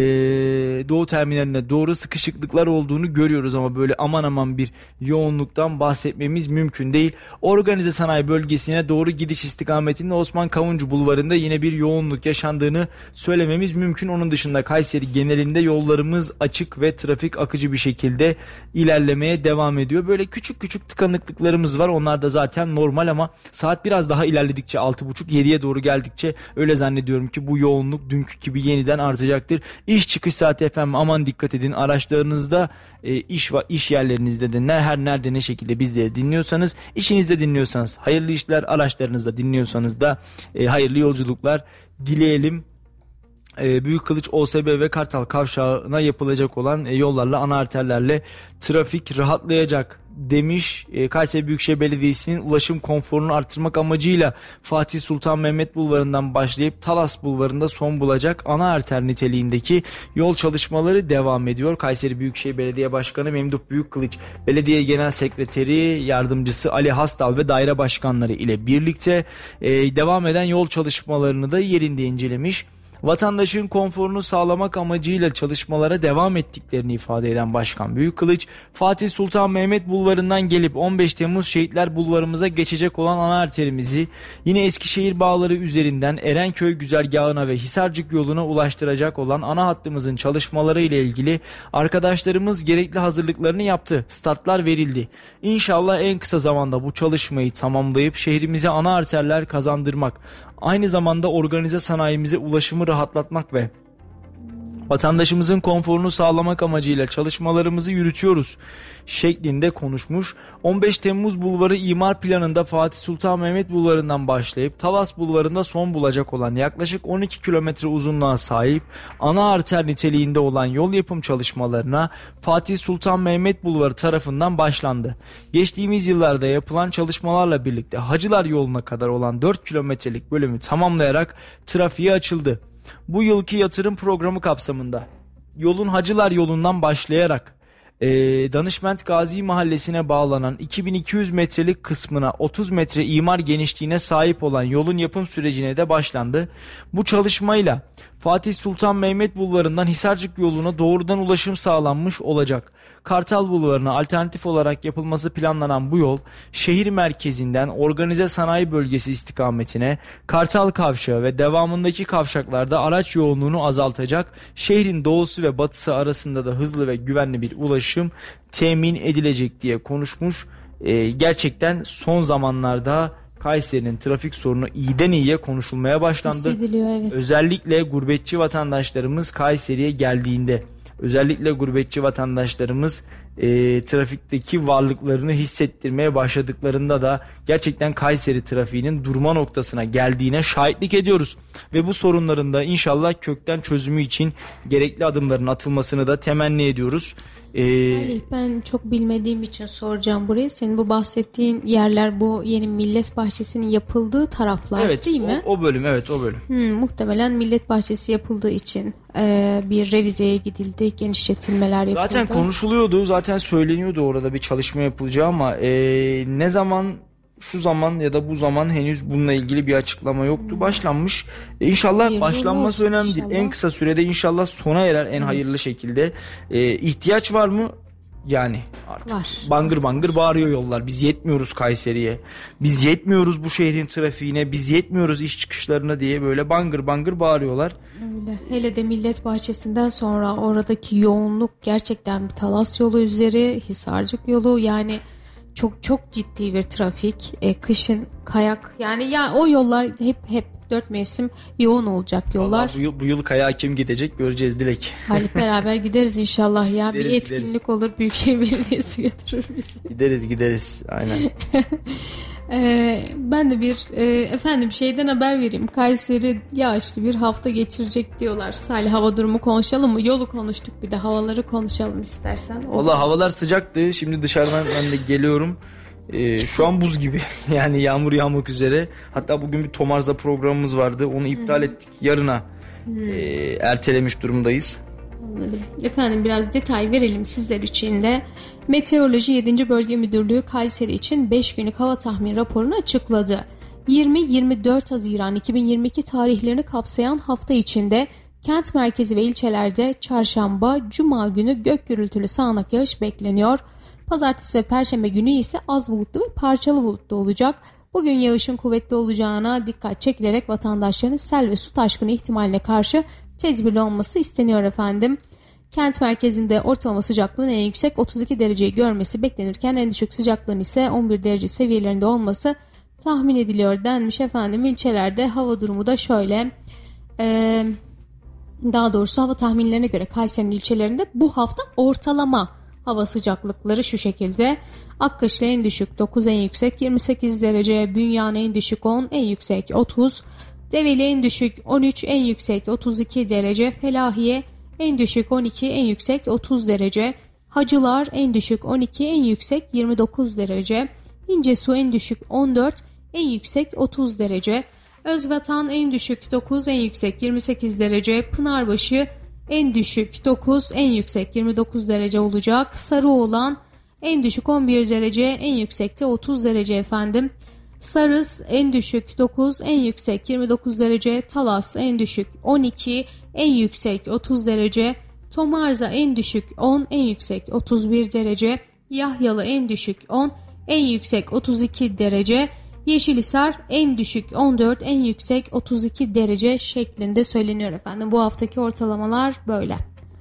Doğu terminaline doğru sıkışıklıklar olduğunu görüyoruz ama böyle aman bir yoğunluktan bahsetmemiz mümkün değil. Organize sanayi bölgesine doğru gidiş istikametinde Osman Kavuncu Bulvarı'nda yine bir yoğunluk yaşandığını söylememiz mümkün. Onun dışında Kayseri genelinde yollarımız açık ve trafik akıcı bir şekilde ilerlemeye devam ediyor. Böyle küçük tıkanıklıklarımız var. Onlar da zaten normal ama saat biraz daha ilerledikçe 6.30-7'ye doğru geldikçe öyle zannediyorum ki bu yoğunluk dünkü gibi yeniden artacaktır. İş çıkış saati efendim, aman dikkat edin. Araçlarınızda, iş yerlerinizde de her nerede ne şekilde biz de dinliyorsanız, işinizde dinliyorsanız hayırlı işler, araçlarınızda dinliyorsanız da hayırlı yolculuklar dileyelim. Büyük Kılıç OSB ve Kartal Kavşağı'na yapılacak olan yollarla, ana arterlerle trafik rahatlayacak demiş. Kayseri Büyükşehir Belediyesi'nin ulaşım konforunu artırmak amacıyla Fatih Sultan Mehmet Bulvarı'ndan başlayıp Talas Bulvarı'nda son bulacak ana arter niteliğindeki yol çalışmaları devam ediyor. Kayseri Büyükşehir Belediye Başkanı Memduh Büyükkılıç, Belediye Genel Sekreteri Yardımcısı Ali Hastal ve daire başkanları ile birlikte devam eden yol çalışmalarını da yerinde incelemiş. Vatandaşın konforunu sağlamak amacıyla çalışmalara devam ettiklerini ifade eden Başkan Büyükkılıç, Fatih Sultan Mehmet Bulvarı'ndan gelip 15 Temmuz Şehitler Bulvarımıza geçecek olan ana arterimizi yine Eskişehir bağları üzerinden Erenköy güzergahına ve Hisarcık yoluna ulaştıracak olan ana hattımızın çalışmaları ile ilgili arkadaşlarımız gerekli hazırlıklarını yaptı. Startlar verildi. İnşallah en kısa zamanda bu çalışmayı tamamlayıp şehrimize ana arterler kazandırmak, aynı zamanda organize sanayimize ulaşımı rahatlatmak ve vatandaşımızın konforunu sağlamak amacıyla çalışmalarımızı yürütüyoruz şeklinde konuşmuş. 15 Temmuz Bulvarı imar planında Fatih Sultan Mehmet Bulvarı'ndan başlayıp Talas Bulvarı'nda son bulacak olan yaklaşık 12 kilometre uzunluğa sahip ana arter niteliğinde olan yol yapım çalışmalarına Fatih Sultan Mehmet Bulvarı tarafından başlandı. Geçtiğimiz yıllarda yapılan çalışmalarla birlikte Hacılar yoluna kadar olan 4 kilometrelik bölümü tamamlayarak trafiğe açıldı. Bu yılki yatırım programı kapsamında yolun Hacılar yolundan başlayarak Danışment Gazi Mahallesi'ne bağlanan 2200 metrelik kısmına 30 metre imar genişliğine sahip olan yolun yapım sürecine de başlandı. Bu çalışmayla Fatih Sultan Mehmet Bulvarı'ndan Hisarcık yoluna doğrudan ulaşım sağlanmış olacak. Kartal Bulvarı'na alternatif olarak yapılması planlanan bu yol, şehir merkezinden organize sanayi bölgesi istikametine Kartal Kavşağı ve devamındaki kavşaklarda araç yoğunluğunu azaltacak, şehrin doğusu ve batısı arasında da hızlı ve güvenli bir ulaşım temin edilecek diye konuşmuş. Gerçekten son zamanlarda Kayseri'nin trafik sorunu iyiden iyiye konuşulmaya başlandı. Hissediliyor, evet. Özellikle gurbetçi vatandaşlarımız Kayseri'ye geldiğinde, özellikle gurbetçi vatandaşlarımız trafikteki varlıklarını hissettirmeye başladıklarında da gerçekten Kayseri trafiğinin durma noktasına geldiğine şahitlik ediyoruz. Ve bu sorunların da inşallah kökten çözümü için gerekli adımların atılmasını da temenni ediyoruz. Salih, ben çok bilmediğim için soracağım buraya. Senin bu bahsettiğin yerler bu yeni Millet Bahçesi'nin yapıldığı taraflar, evet, değil mi? O bölüm, evet, o bölüm. Muhtemelen Millet Bahçesi yapıldığı için bir revizeye gidildi, genişletilmeler yapıldı. Zaten konuşuluyordu, zaten söyleniyordu orada bir çalışma yapılacağı ama ne zaman, şu zaman ya da bu zaman henüz bununla ilgili bir açıklama yoktu. Başlanmış. İnşallah başlanması önemli değil. En kısa sürede inşallah sona erer en hayırlı şekilde. İhtiyaç var mı? Yani artık var. Bangır bangır bağırıyor yollar. Biz yetmiyoruz Kayseri'ye. Biz yetmiyoruz bu şehrin trafiğine. Biz yetmiyoruz iş çıkışlarına diye böyle bangır bangır bağırıyorlar. Öyle. Hele de Millet Bahçesi'nden sonra oradaki yoğunluk gerçekten bir Talas yolu üzeri, Hisarcık yolu, yani çok çok ciddi bir trafik. Kışın kayak, yani ya o yollar hep 4 mevsim yoğun olacak yollar. Bu yıl kayağa kim gidecek göreceğiz Dilek. Salih, beraber gideriz inşallah ya. Gideriz, bir etkinlik olur, Büyükşehir Belediyesi götürür bizi. Gideriz aynen. Ben de efendim şeyden haber vereyim. Kayseri yağışlı bir hafta geçirecek diyorlar. Salih, hava durumu konuşalım mı? Yolu konuştuk, bir de havaları konuşalım istersen. Valla havalar sıcaktı. Şimdi dışarıdan ben de geliyorum. Şu an buz gibi. Yani yağmur yağmak üzere. Hatta bugün bir Tomarza programımız vardı. Onu iptal ettik. Yarına ertelemiş durumdayız. Anladım. Efendim biraz detay verelim sizler için de. Meteoroloji 7. Bölge Müdürlüğü Kayseri için 5 günlük hava tahmin raporunu açıkladı. 20-24 Haziran 2022 tarihlerini kapsayan hafta içinde kent merkezi ve ilçelerde çarşamba, cuma günü gök gürültülü sağanak yağış bekleniyor. Pazartesi ve perşembe günü ise az bulutlu ve parçalı bulutlu olacak. Bugün yağışın kuvvetli olacağına dikkat çekilerek vatandaşların sel ve su taşkını ihtimaline karşı tedbirli olması isteniyor efendim. Kent merkezinde ortalama sıcaklığın en yüksek 32 dereceyi görmesi beklenirken en düşük sıcaklığın ise 11 derece seviyelerinde olması tahmin ediliyor denmiş efendim. İlçelerde hava durumu da şöyle. Daha doğrusu hava tahminlerine göre Kayseri'nin ilçelerinde bu hafta ortalama hava sıcaklıkları şu şekilde. Akkaş'la en düşük 9, en yüksek 28 derece. Bünyan en düşük 10, en yüksek 30. Develi en düşük 13, en yüksek 32 derece. Felahiye en düşük 12, en yüksek 30 derece. Hacılar en düşük 12, en yüksek 29 derece. İncesu en düşük 14, en yüksek 30 derece. Özvatan en düşük 9, en yüksek 28 derece. Pınarbaşı en düşük 9, en yüksek 29 derece olacak. Sarıoğlan en düşük 11 derece, en yüksekte 30 derece efendim. Sarız en düşük 9, en yüksek 29 derece. Talas en düşük 12, en yüksek 30 derece. Tomarza en düşük 10, en yüksek 31 derece. Yahyalı en düşük 10, en yüksek 32 derece. Yeşilhisar en düşük 14, en yüksek 32 derece şeklinde söyleniyor efendim. Bu haftaki ortalamalar böyle.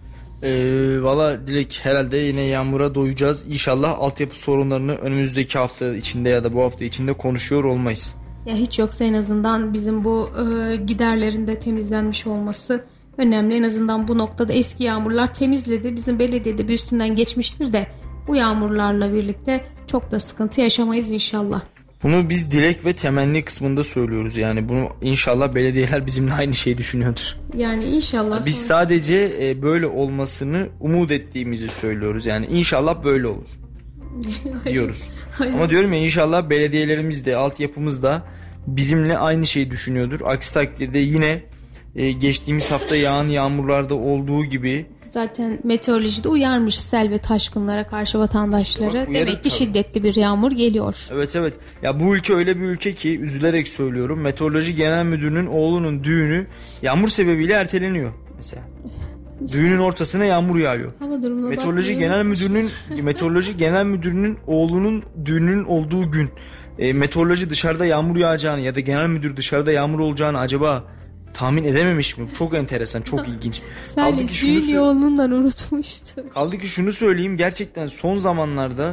Valla Dilek, herhalde yine yağmura doyacağız. İnşallah altyapı sorunlarını önümüzdeki hafta içinde ya da bu hafta içinde konuşuyor olmayız. Ya hiç yoksa en azından bizim bu giderlerin de temizlenmiş olması önemli. En azından bu noktada eski yağmurlar temizledi. Bizim belediyede bir üstünden geçmiştir de bu yağmurlarla birlikte çok da sıkıntı yaşamayız inşallah. Bunu biz dilek ve temenni kısmında söylüyoruz. Yani bunu inşallah belediyeler bizimle aynı şeyi düşünüyordur. Yani inşallah. Biz sadece böyle olmasını umut ettiğimizi söylüyoruz. Yani inşallah böyle olur diyoruz. Hayır. Ama diyorum ya, inşallah belediyelerimiz de altyapımız da bizimle aynı şeyi düşünüyordur. Aksi takdirde yine geçtiğimiz hafta yağan yağmurlarda olduğu gibi zaten meteorolojide uyarmış sel ve taşkınlara karşı vatandaşları. Demek ki şiddetli bir yağmur geliyor. Evet. Ya bu ülke öyle bir ülke ki, üzülerek söylüyorum, Meteoroloji Genel Müdürü'nün oğlunun düğünü yağmur sebebiyle erteleniyor mesela. Düğünün ortasına yağmur yağıyor. Meteoroloji Genel Müdürü'nün oğlunun düğününün olduğu gün meteoroloji dışarıda yağmur yağacağını ya da genel müdür dışarıda yağmur olacağını acaba tahmin edememiş mi? Çok enteresan, çok ilginç. Salih düğün yoğunluğundan unutmuştu. Kaldı ki şunu söyleyeyim, gerçekten son zamanlarda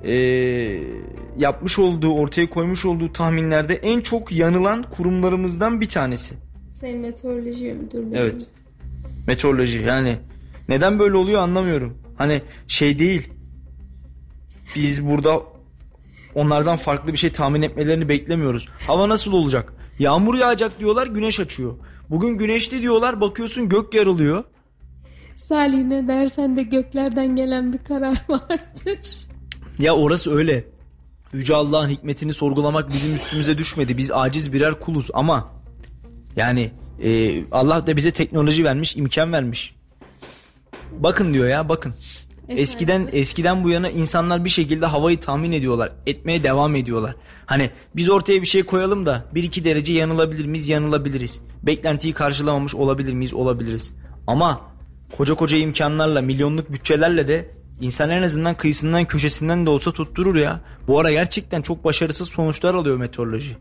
ortaya koymuş olduğu tahminlerde en çok yanılan kurumlarımızdan bir tanesi. Sayın Meteoroloji Müdürlüğü. Evet. Meteoroloji, yani neden böyle oluyor anlamıyorum. Hani şey değil, biz burada onlardan farklı bir şey tahmin etmelerini beklemiyoruz. Hava nasıl olacak? Yağmur yağacak diyorlar, güneş açıyor. Bugün güneşli diyorlar, bakıyorsun gök yarılıyor. Salih, ne dersen de göklerden gelen bir karar vardır. Ya orası öyle. Yüce Allah'ın hikmetini sorgulamak bizim üstümüze düşmedi. Biz aciz birer kuluz ama yani Allah da bize teknoloji vermiş, imkan vermiş. Bakın diyor ya, bakın. Eskiden bu yana insanlar bir şekilde havayı tahmin ediyorlar. Etmeye devam ediyorlar. Hani biz ortaya bir şey koyalım da 1-2 derece yanılabilir miyiz? Yanılabiliriz. Beklentiyi karşılamamış olabilir miyiz? Olabiliriz. Ama koca imkanlarla, milyonluk bütçelerle de insan en azından kıyısından köşesinden de olsa tutturur ya. Bu ara gerçekten çok başarısız sonuçlar alıyor meteoroloji.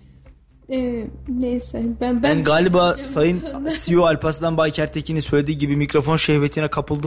Neyse ben galiba Sayın CEO Alparslan Baykertekin'in söylediği gibi mikrofon şehvetine kapıldım.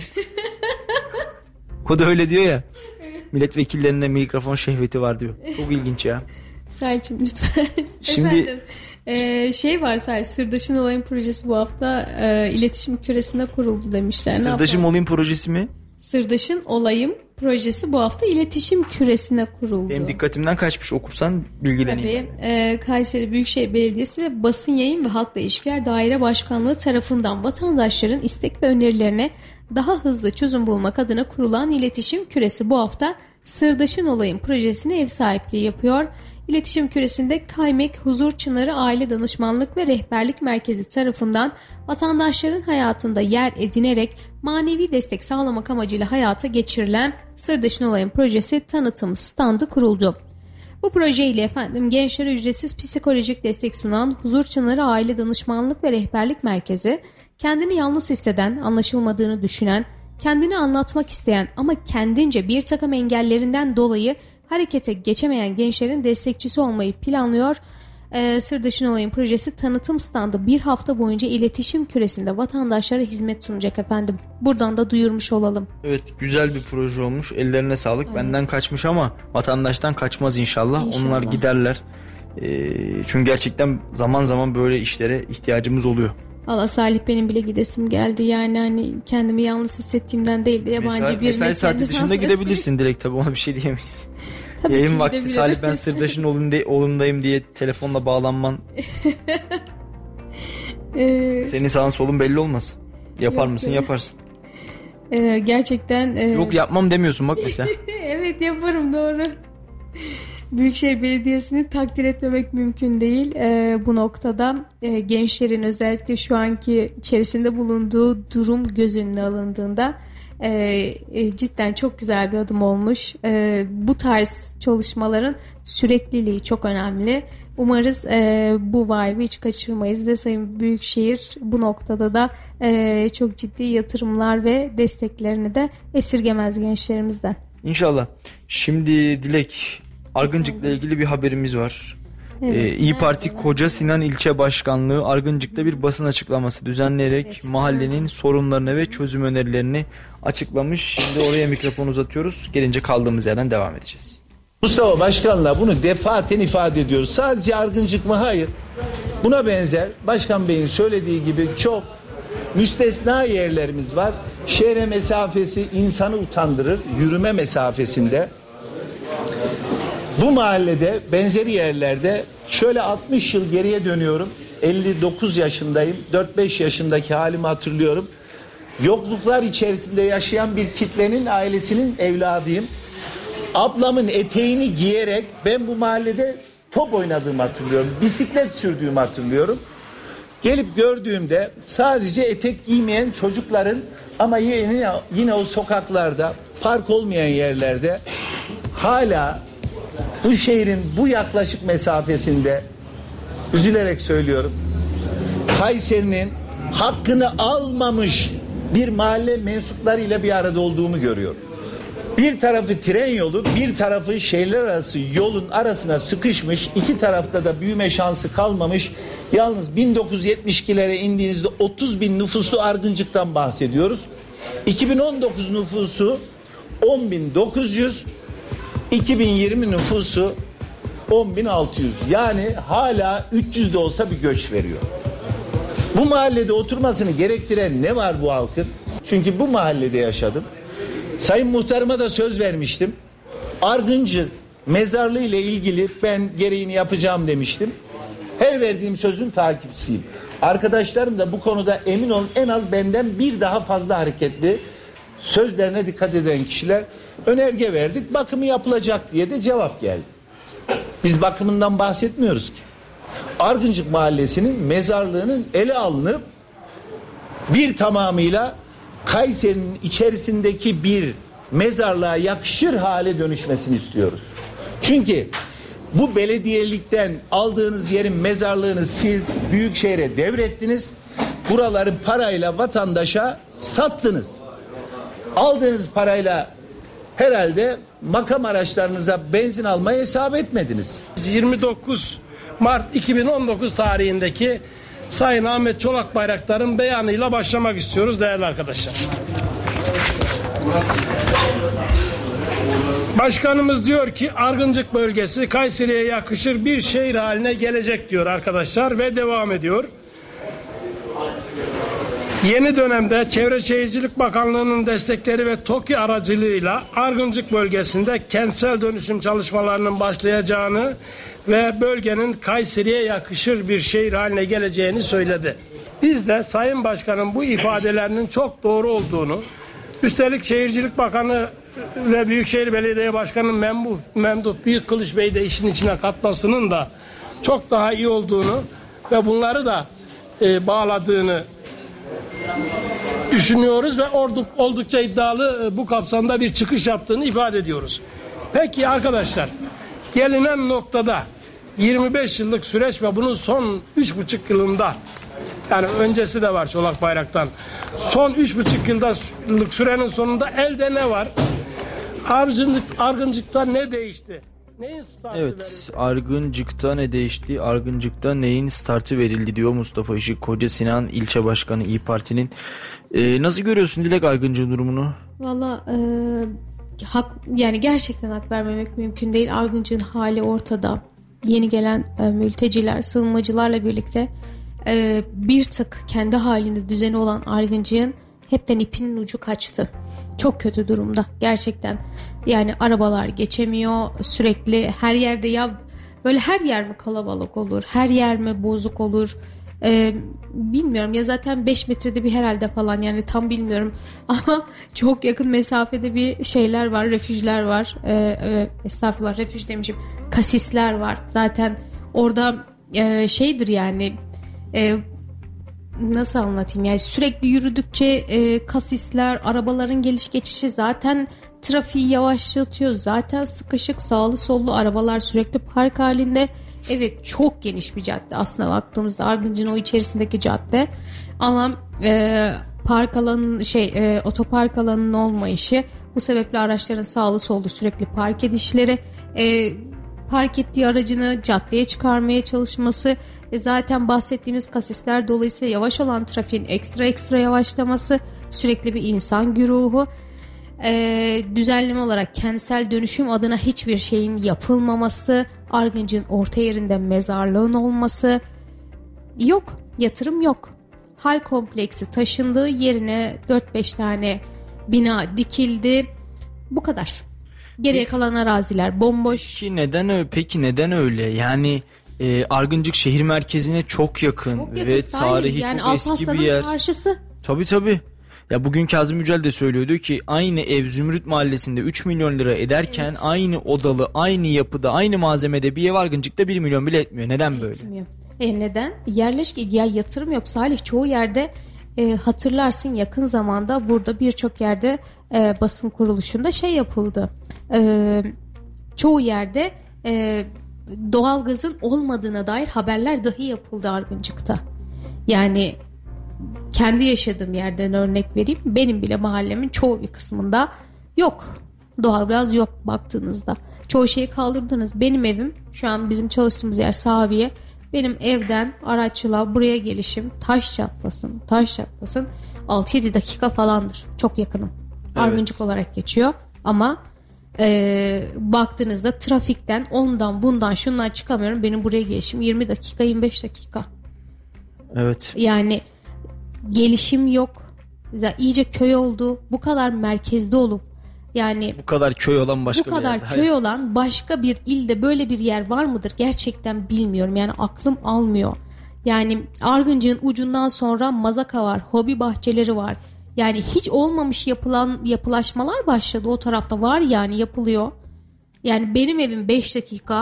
O da öyle diyor ya. Milletvekillerinde mikrofon şehveti var diyor. Çok ilginç ya. Sayçım lütfen. Şimdi efendim, var Say, Sırdaşın Olayım projesi bu hafta iletişim küresine kuruldu demişler. Sırdaşım Olayım projesi mi? Sırdaşın Olayım projesi bu hafta iletişim küresine kuruldu. Benim dikkatimden kaçmış, okursan bilgileneyim. Tabii. Kayseri Büyükşehir Belediyesi ve Basın Yayın ve Halkla İlişkiler Daire Başkanlığı tarafından vatandaşların istek ve önerilerine daha hızlı çözüm bulmak adına kurulan iletişim küresi bu hafta Sırdaşın Olayım projesine ev sahipliği yapıyor. İletişim küresinde Kaymek Huzur Çınarı Aile Danışmanlık ve Rehberlik Merkezi tarafından vatandaşların hayatında yer edinerek manevi destek sağlamak amacıyla hayata geçirilen Sırdaşın Olayım projesi tanıtım standı kuruldu. Bu projeyle efendim gençlere ücretsiz psikolojik destek sunan Huzur Çınarı Aile Danışmanlık ve Rehberlik Merkezi, kendini yalnız hisseden, anlaşılmadığını düşünen, kendini anlatmak isteyen ama kendince bir takım engellerinden dolayı harekete geçemeyen gençlerin destekçisi olmayı planlıyor. Sırdaşın Olayım projesi tanıtım standı bir hafta boyunca iletişim küresinde vatandaşlara hizmet sunacak efendim. Buradan da duyurmuş olalım. Evet, güzel bir proje olmuş. Ellerine sağlık. Evet. Benden kaçmış ama vatandaştan kaçmaz inşallah. Onlar giderler. Çünkü gerçekten zaman zaman böyle işlere ihtiyacımız oluyor. Valla Salih benim bile gidesim geldi. Yani hani kendimi yalnız hissettiğimden değil de yabancı birine. Mesai saati dışında gidebilirsin direkt, tabii ona bir şey diyemeyiz. Yayın vakti Salih ben sırdaşın oğlundayım diye telefonla bağlanman. Senin sağın solun belli olmaz. Yapar mısın? Yaparsın. Gerçekten. Yok yapmam demiyorsun bak mesela. Evet yaparım, doğru. Büyükşehir Belediyesi'ni takdir etmemek mümkün değil. Bu noktada gençlerin özellikle şu anki içerisinde bulunduğu durum göz önüne alındığında cidden çok güzel bir adım olmuş. Bu tarz çalışmaların sürekliliği çok önemli. Umarız bu vibe'ı hiç kaçırmayız ve Sayın Büyükşehir bu noktada da çok ciddi yatırımlar ve desteklerini de esirgemez gençlerimizden. İnşallah. Şimdi Dilek, Argıncık'la ilgili bir haberimiz var. Evet, İYİ Parti Koca Sinan İlçe Başkanlığı Argıncık'ta bir basın açıklaması düzenleyerek mahallenin sorunlarını ve çözüm önerilerini açıklamış. Şimdi oraya mikrofonu uzatıyoruz. Gelince kaldığımız yerden devam edeceğiz. Mustafa Başkan'la bunu defaten ifade ediyoruz. Sadece Argıncık mı? Hayır. Buna benzer Başkan Bey'in söylediği gibi çok müstesna yerlerimiz var. Şehre mesafesi insanı utandırır. Yürüme mesafesinde. Bu mahallede benzeri yerlerde şöyle 60 yıl geriye dönüyorum. 59 yaşındayım. 4-5 yaşındaki halimi hatırlıyorum. Yokluklar içerisinde yaşayan bir kitlenin ailesinin evladıyım. Ablamın eteğini giyerek ben bu mahallede top oynadığımı hatırlıyorum. Bisiklet sürdüğümü hatırlıyorum. Gelip gördüğümde sadece etek giymeyen çocukların ama yine o sokaklarda, park olmayan yerlerde hala bu şehrin bu yaklaşık mesafesinde, üzülerek söylüyorum, Kayseri'nin hakkını almamış bir mahalle mensuplarıyla bir arada olduğumu görüyorum. Bir tarafı tren yolu, bir tarafı şehirler arası yolun arasına sıkışmış, iki tarafta da büyüme şansı kalmamış. Yalnız 1972'lere indiğinizde 30 bin nüfuslu Argıncık'tan bahsediyoruz. 2019 nüfusu 10.900, 2020 nüfusu 10.600. Yani hala 300 de olsa bir göç veriyor. Bu mahallede oturmasını gerektiren ne var bu halkın? Çünkü bu mahallede yaşadım. Sayın Muhtarıma da söz vermiştim. Argıncık mezarlığı ile ilgili ben gereğini yapacağım demiştim. Her verdiğim sözün takipçisiyim. Arkadaşlarım da bu konuda emin olun en az benden bir daha fazla hareketli, sözlerine dikkat eden kişiler. Önerge verdik, bakımı yapılacak diye de cevap geldi. Biz bakımından bahsetmiyoruz ki. Argıncık Mahallesi'nin mezarlığının ele alınıp bir tamamıyla Kayseri'nin içerisindeki bir mezarlığa yakışır hale dönüşmesini istiyoruz. Çünkü bu belediyelikten aldığınız yerin mezarlığını siz Büyükşehir'e devrettiniz. Buraları parayla vatandaşa sattınız. Aldığınız parayla herhalde makam araçlarınıza benzin almayı hesap etmediniz. 29 Mart 2019 tarihindeki Sayın Ahmet Çolak Bayraktar'ın beyanıyla başlamak istiyoruz değerli arkadaşlar. Başkanımız diyor ki Argıncık bölgesi Kayseri'ye yakışır bir şehir haline gelecek diyor arkadaşlar ve devam ediyor. Yeni dönemde Çevre Şehircilik Bakanlığı'nın destekleri ve TOKİ aracılığıyla Argıncık bölgesinde kentsel dönüşüm çalışmalarının başlayacağını ve bölgenin Kayseri'ye yakışır bir şehir haline geleceğini söyledi. Biz de Sayın Başkan'ın bu ifadelerinin çok doğru olduğunu, üstelik Şehircilik Bakanı ve Büyükşehir Belediye Başkanı Memduh Büyükkılıç Bey de işin içine katmasının da çok daha iyi olduğunu ve bunları da bağladığını düşünüyoruz ve oldukça iddialı bu kapsamda bir çıkış yaptığını ifade ediyoruz. Peki arkadaşlar, gelinen noktada 25 yıllık süreç ve bunun son 3,5 yılında, yani öncesi de var Çolak Bayrak'tan, son 3,5 yıllık sürenin sonunda elde ne var? Argıncık'ta ne değişti? Neyin startı evet, verildi? Argıncık'ta ne değişti? Argıncık'ta neyin startı verildi diyor Mustafa Işık, Koca Sinan İlçe Başkanı İYİ Parti'nin. Nasıl görüyorsun Dilek Argıncık'ın durumunu? Valla yani gerçekten hak vermemek mümkün değil. Argıncık'ın hali ortada. Yeni gelen mülteciler, sığınmacılarla birlikte bir tık kendi halinde düzeni olan Argıncık'ın hepten ipinin ucu kaçtı. Çok kötü durumda gerçekten. Yani arabalar geçemiyor sürekli, her yerde ya böyle her yer mi kalabalık olur, her yer mi bozuk olur, bilmiyorum ya, zaten 5 metrede bir herhalde falan, yani tam bilmiyorum ama çok yakın mesafede bir şeyler var, refüjler var, estağfurullah refüj demişim, kasisler var zaten orada. Şeydir yani, nasıl anlatayım, yani sürekli yürüdükçe kasisler, arabaların geliş geçişi zaten trafiği yavaşlatıyor, zaten sıkışık, sağlı sollu arabalar sürekli park halinde. Evet, çok geniş bir cadde aslında baktığımızda, Argıncık'ın o içerisindeki cadde, ama park alanının otopark alanının olmayışı, bu sebeple araçların sağlı sollu sürekli park edişleri, park ettiği aracını caddeye çıkarmaya çalışması, zaten bahsettiğimiz kasisler dolayısıyla yavaş olan trafiğin ekstra yavaşlaması, sürekli bir insan güruhu, düzenleme olarak kentsel dönüşüm adına hiçbir şeyin yapılmaması, Argıncık'ın orta yerinde mezarlığın olması, yok, yatırım yok. Hal kompleksi taşındı, yerine 4-5 tane bina dikildi, bu kadar. Geriye kalan araziler bomboş. Peki neden öyle? Yani Argıncık şehir merkezine çok yakın ve tarihi yani çok eski bir yer. Karşısı. Tabii. Ya bugün Kazım Yücel de söylüyordu ki aynı ev Zümrüt Mahallesi'nde 3 milyon lira ederken, evet, aynı odalı, aynı yapıda, aynı malzemede bir ev Argıncık'ta 1 milyon bile etmiyor. Neden böyle? Etmiyor. Neden? Yatırım yok Salih. Çoğu yerde hatırlarsın, yakın zamanda burada birçok yerde basın kuruluşunda yapıldı. Çoğu yerde doğalgazın olmadığına dair haberler dahi yapıldı Argıncık'ta. Yani kendi yaşadığım yerden örnek vereyim. Benim bile mahallemin çoğu bir kısmında yok. Doğalgaz yok baktığınızda. Çoğu şeyi kaldırdınız. Benim evim, şu an bizim çalıştığımız yer Saviye. Benim evden araçla buraya gelişim taş çatlasın 6-7 dakika falandır. Çok yakınım. Evet. Argıncık olarak geçiyor ama baktığınızda trafikten, ondan bundan şundan çıkamıyorum. Benim buraya gelişim 20 dakika 25 dakika. Evet. Yani gelişim yok. İyice köy oldu. Bu kadar merkezde olup, yani bu kadar köy olan başka bir yer. Bu kadar köy olan başka bir ilde böyle bir yer var mıdır? Gerçekten bilmiyorum. Yani aklım almıyor. Yani Argıncık'ın ucundan sonra Mazaka var, hobi bahçeleri var. Yani hiç olmamış yapılaşmalar başladı o tarafta, var yani, yapılıyor. Yani benim evim 5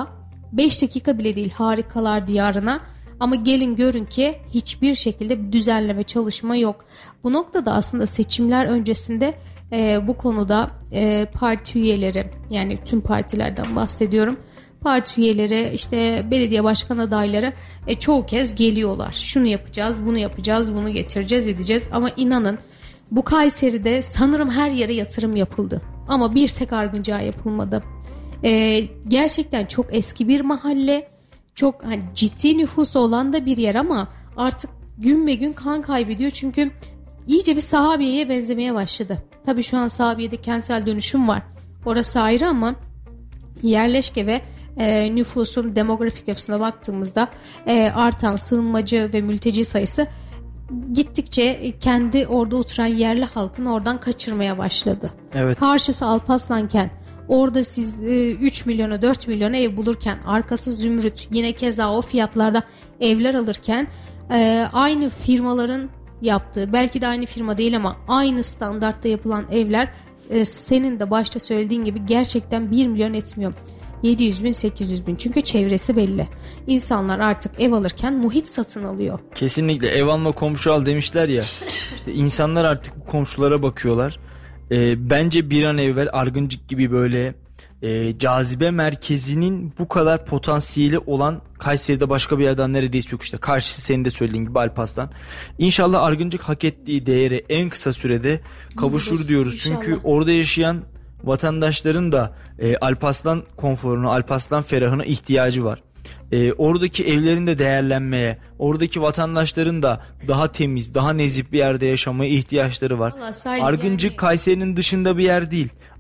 dakika bile değil harikalar diyarına, ama gelin görün ki hiçbir şekilde bir düzenleme çalışma yok. Bu noktada aslında seçimler öncesinde bu konuda parti üyeleri, yani tüm partilerden bahsediyorum, parti üyeleri, işte belediye başkan adayları çoğu kez geliyorlar. Şunu yapacağız, bunu yapacağız, bunu getireceğiz, edeceğiz, ama inanın bu Kayseri'de sanırım her yere yatırım yapıldı. Ama bir tek Argıncık'a yapılmadı. Gerçekten çok eski bir mahalle. Çok ciddi nüfusu olan da bir yer, ama artık gün be gün kan kaybediyor. Çünkü iyice bir Sahabiye'ye benzemeye başladı. Tabii şu an Sahabiye'de kentsel dönüşüm var. Orası ayrı, ama yerleşke ve nüfusun demografik yapısına baktığımızda artan sığınmacı ve mülteci sayısı gittikçe kendi orada oturan yerli halkın oradan kaçırmaya başladı. Evet. Karşısı Alparslanken, orada siz 3 milyona 4 milyona ev bulurken, arkası Zümrüt, yine keza o fiyatlarda evler alırken, aynı firmaların yaptığı, belki de aynı firma değil ama aynı standartta yapılan evler, senin de başta söylediğin gibi gerçekten 1 milyon etmiyor. 700 bin 800 bin, çünkü çevresi belli. İnsanlar artık ev alırken muhit satın alıyor. Kesinlikle, ev alma komşu al demişler ya. İşte insanlar artık bu komşulara bakıyorlar. Bence bir an evvel Argıncık gibi böyle cazibe merkezinin bu kadar potansiyeli olan Kayseri'de başka bir yerden neredeyse yok işte. Karşısı senin de söylediğin gibi Alparslan. İnşallah Argıncık hak ettiği değere en kısa sürede kavuşur diyoruz. İnşallah. Çünkü orada yaşayan vatandaşların da Alparslan konforuna, Alparslan ferahına ihtiyacı var. Oradaki evlerin de değerlenmeye, oradaki vatandaşların da daha temiz, daha nezih bir yerde yaşamaya ihtiyaçları var. Argıncık yani Kayseri'nin dışında bir yer değil.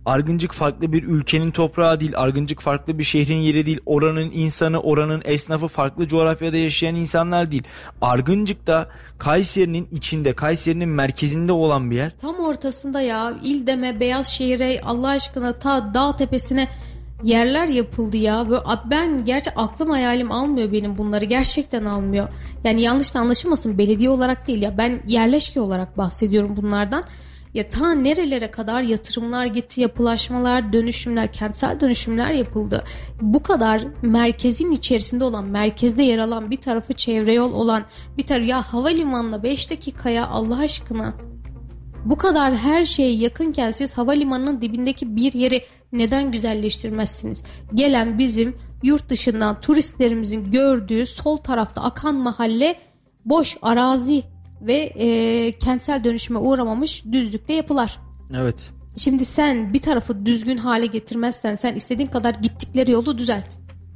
Argıncık farklı bir ülkenin toprağı değil. Argıncık farklı bir şehrin yeri değil. Oranın insanı, oranın esnafı farklı coğrafyada yaşayan insanlar değil. Argıncık da Kayseri'nin içinde, Kayseri'nin merkezinde olan bir yer. Tam ortasında ya. İldeme, Beyazşehir'e, Allah aşkına ta dağ tepesine yerler yapıldı ya. Böyle, ben gerçi aklım hayalim almıyor benim bunları. Gerçekten almıyor. Yani yanlış da anlaşılmasın, belediye olarak değil ya. Ben yerleşke olarak bahsediyorum bunlardan. Ya ta nerelere kadar yatırımlar gitti, yapılaşmalar, dönüşümler, kentsel dönüşümler yapıldı. Bu kadar merkezin içerisinde olan, merkezde yer alan, bir tarafı çevre yol olan, bir tarafı ya havalimanına 5 dakikaya Allah aşkına. Bu kadar her şeye yakınken siz havalimanının dibindeki bir yeri neden güzelleştirmezsiniz? Gelen bizim yurt dışından turistlerimizin gördüğü sol tarafta akan mahalle boş arazi ve kentsel dönüşüme uğramamış düzlükte yapılar. Evet. Şimdi sen bir tarafı düzgün hale getirmezsen sen istediğin kadar gittikleri yolu düzelt.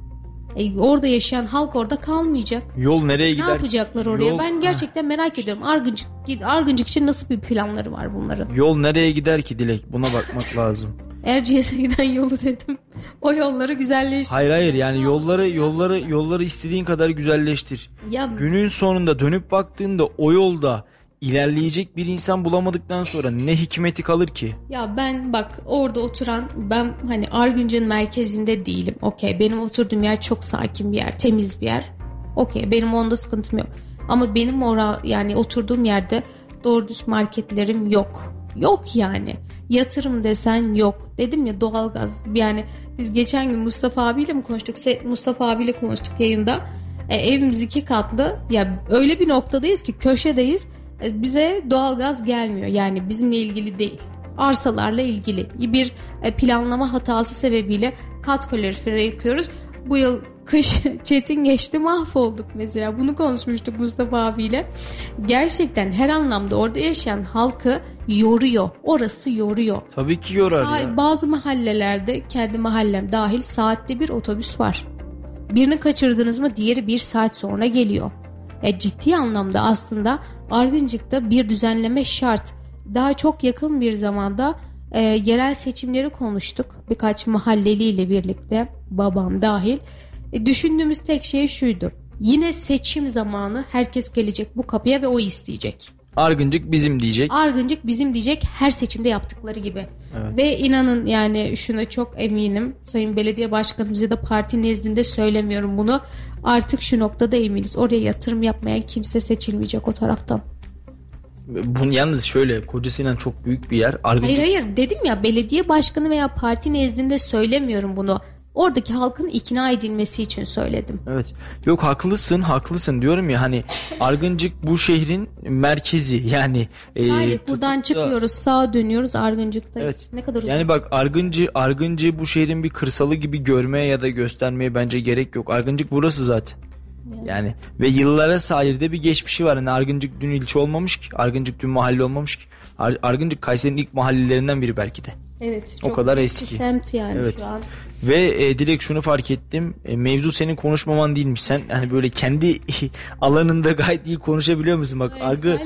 Orada yaşayan halk orada kalmayacak. Yol nereye gider? Ne yapacaklar oraya? Ben gerçekten merak ediyorum. Argıncık için nasıl bir planları var bunların? Yol nereye gider ki Dilek? Buna bakmak lazım. Erciyes'e giden yolu dedim. O yolları güzelleştir. Hayır yani yolları istediğin kadar güzelleştir. Ya, günün sonunda dönüp baktığında o yolda ilerleyecek bir insan bulamadıktan sonra ne hikmeti kalır ki? Ya ben bak orada oturan, ben hani Argıncık'ın merkezinde değilim. Okey, benim oturduğum yer çok sakin bir yer, temiz bir yer. Okey, benim onda sıkıntım yok. Ama benim yani oturduğum yerde doğru düz marketlerim yok. Yok yani. Yatırım desen yok. Dedim ya, doğalgaz. Yani biz geçen gün Mustafa abiyle mi konuştuk? Mustafa abiyle konuştuk yayında. Evimiz 2 katlı. Ya öyle bir noktadayız ki, köşedeyiz. Bize doğalgaz gelmiyor. Yani bizimle ilgili değil. Arsalarla ilgili. Bir planlama hatası sebebiyle kat kaloriferi yakıyoruz. Bu yıl kış çetin geçti, mahvolduk mesela. Bunu konuşmuştuk Mustafa abiyle. Gerçekten her anlamda orada yaşayan halkı yoruyor. Orası yoruyor. Tabii ki yorar ya. Bazı mahallelerde, kendi mahallem dahil, saatte bir otobüs var. Birini kaçırdınız mı diğeri 1 saat sonra geliyor. Ciddi anlamda aslında Argıncık'ta bir düzenleme şart. Daha çok yakın bir zamanda yerel seçimleri konuştuk. Birkaç mahalleliyle birlikte, babam dahil. Düşündüğümüz tek şey şuydu. Yine seçim zamanı herkes gelecek bu kapıya ve oy isteyecek. Argıncık bizim diyecek. Argıncık bizim diyecek, her seçimde yaptıkları gibi. Evet. Ve inanın yani şuna çok eminim. Sayın Belediye Başkanımız ya da parti nezdinde söylemiyorum bunu. Artık şu noktada eminiz. Oraya yatırım yapmayan kimse seçilmeyecek o taraftan. Bunu yalnız şöyle, Kocasinan çok büyük bir yer. Argıncık... Hayır dedim ya, belediye başkanı veya parti nezdinde söylemiyorum bunu. Oradaki halkın ikna edilmesi için söyledim. Evet. Yok, haklısın diyorum ya, hani Argıncık bu şehrin merkezi yani. Salih buradan çıkıyoruz, sağa dönüyoruz, Argıncık'tayız. Evet. Ne kadar uzun. Yani bak, Argıncık bu şehrin bir kırsalı gibi görmeye ya da göstermeye bence gerek yok. Argıncık burası zaten. Yani ve yıllara sahilde bir geçmişi var. Yani Argıncık dün ilçe olmamış ki. Argıncık dün mahalle olmamış ki. Argıncık Kayseri'nin ilk mahallelerinden biri belki de. Evet. O kadar eski. Semt yani evet. Şu an. Ve direkt şunu fark ettim. Mevzu senin konuşmaman değilmiş. Sen hani böyle kendi alanında gayet iyi konuşabiliyor musun? Bak,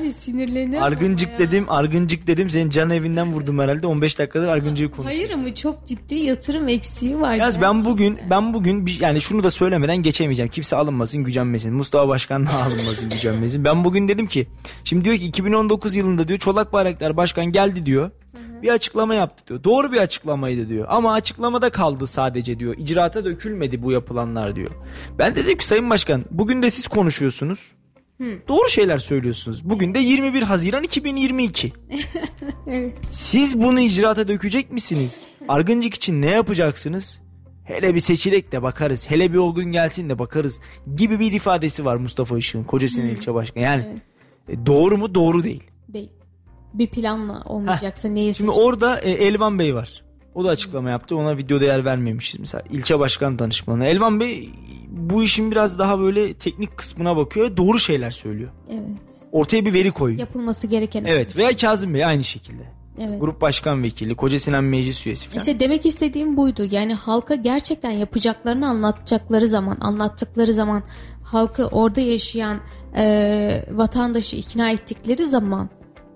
Argıncık dedim. Senin can evinden vurdum herhalde. 15 dakikadır Argıncık'ı konuşuyorsun. Hayır ama çok ciddi yatırım eksiği var. Yalnız ben bugün yani şunu da söylemeden geçemeyeceğim. Kimse alınmasın, gücenmesin. Mustafa Başkan da alınmasın, gücenmesin. Ben bugün dedim ki, şimdi diyor ki 2019 yılında diyor Çolak Bayraktar Başkan geldi diyor. Bir açıklama yaptı diyor. Doğru bir açıklamaydı diyor. Ama açıklamada kaldı sadece diyor. İcraata dökülmedi bu yapılanlar diyor. Ben de dedim ki, Sayın Başkan, bugün de siz konuşuyorsunuz. Doğru şeyler söylüyorsunuz. Bugün de 21 Haziran 2022. Evet. Siz bunu icraata dökecek misiniz? Argıncık için ne yapacaksınız? Hele bir seçilek de bakarız. Hele bir o gün gelsin de bakarız gibi bir ifadesi var Mustafa Işık'ın, Kocasinan ilçe başkanı. Yani doğru mu? Doğru değil. Değil. Bir planla olmayacaksa neyi Şimdi orada Elvan Bey var. O da açıklama yaptı. Ona videoda yer vermemişiz mesela. İlçe başkan danışmanı. Elvan Bey bu işin biraz daha böyle teknik kısmına bakıyor. Doğru şeyler söylüyor. Evet. Ortaya bir veri koyuyor. Yapılması gereken. Evet. Veya Kazım Bey aynı şekilde. Evet. Grup başkan vekili, Kocasinan meclis üyesi falan. İşte demek istediğim buydu. Yani halka gerçekten yapacaklarını anlattıkları zaman halkı, orada yaşayan vatandaşı ikna ettikleri zaman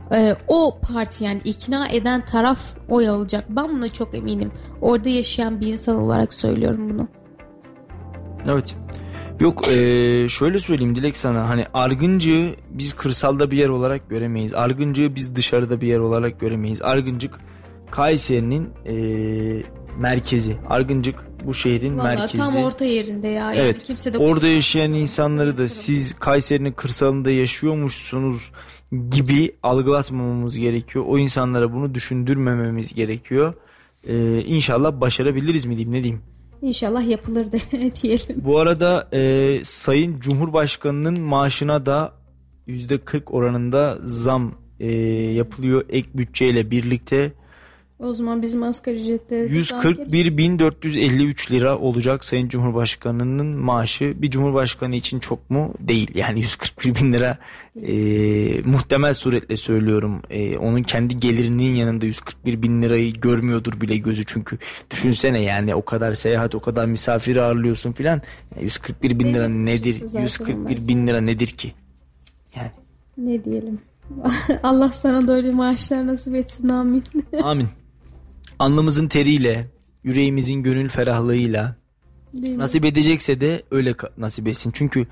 O parti, yani ikna eden taraf oy alacak. Ben buna çok eminim. Orada yaşayan bir insan olarak söylüyorum bunu. Evet. Yok şöyle söyleyeyim Dilek sana, hani Argıncık'ı biz kırsalda bir yer olarak göremeyiz. Argıncık'ı biz dışarıda bir yer olarak göremeyiz. Argıncık Kayseri'nin merkezi. Argıncık bu şehrin vallahi merkezi. Tam orta yerinde ya. Yani evet. Kimse de orada yaşayan insanları da siz Kayseri'nin kırsalında yaşıyormuşsunuz gibi algılatmamamız gerekiyor. O insanlara bunu düşündürmememiz gerekiyor. İnşallah başarabiliriz mi diyeyim, ne diyeyim? İnşallah yapılır diyelim. Bu arada Sayın Cumhurbaşkanı'nın maaşına da %40 oranında zam yapılıyor ek bütçeyle birlikte. O zaman bizim asgari ücrette 141.453 lira olacak Sayın Cumhurbaşkanı'nın maaşı. Bir Cumhurbaşkanı için çok mu? Değil. Yani 141.000 lira muhtemel suretle söylüyorum. Onun kendi gelirinin yanında 141.000 lirayı görmüyordur bile gözü. Çünkü düşünsene, yani o kadar seyahat, o kadar misafir ağırlıyorsun filan. 141.000 lira nedir? 141.000 lira nedir ki? Yani. Ne diyelim? Allah sana da öyle maaşlar nasip etsin, amin. Amin. Alnımızın teriyle, yüreğimizin gönül ferahlığıyla nasip edecekse de öyle nasip etsin. Çünkü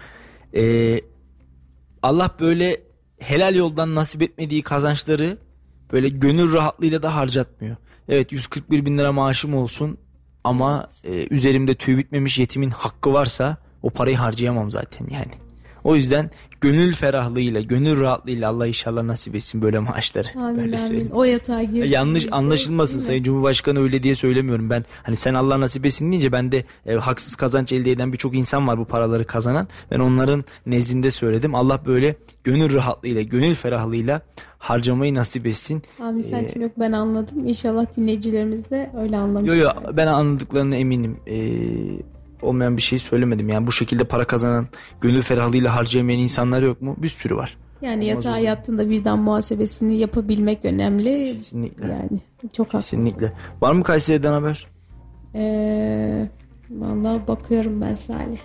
Allah böyle helal yoldan nasip etmediği kazançları böyle gönül rahatlığıyla da harcatmıyor. Evet, 141.000 lira maaşım olsun ama üzerimde tüy bitmemiş yetimin hakkı varsa o parayı harcayamam zaten yani. O yüzden gönül ferahlığıyla, gönül rahatlığıyla Allah inşallah nasip etsin böyle maaşları. Amin amin. O yatağa girdi. Yanlış anlaşılmasın, Sayın Cumhurbaşkanı öyle diye söylemiyorum ben. Hani sen Allah nasip etsin deyince ben de haksız kazanç elde eden birçok insan var bu paraları kazanan. Ben onların nezdinde söyledim. Allah böyle gönül rahatlığıyla, gönül ferahlığıyla harcamayı nasip etsin. Amin Selçuk, yok ben anladım. İnşallah dinleyicilerimiz de öyle anlamışlar. Yok ben anladıklarına eminim. Olmayan bir şey söylemedim. Yani bu şekilde para kazanan, gönül ferahlığıyla harcayamayan insanlar yok mu? Bir sürü var. Yani yatağa yattığında birden muhasebesini yapabilmek önemli. Kesinlikle. Yani çok kesinlikle. Haklısın. Var mı Kayseri'den haber? Vallahi bakıyorum ben Salih.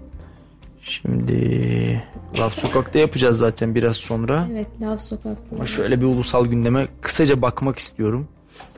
Şimdi Laf Sokak'ta yapacağız zaten biraz sonra. Evet, Laf Sokak'ta. Ama şöyle bir ulusal gündeme kısaca bakmak istiyorum.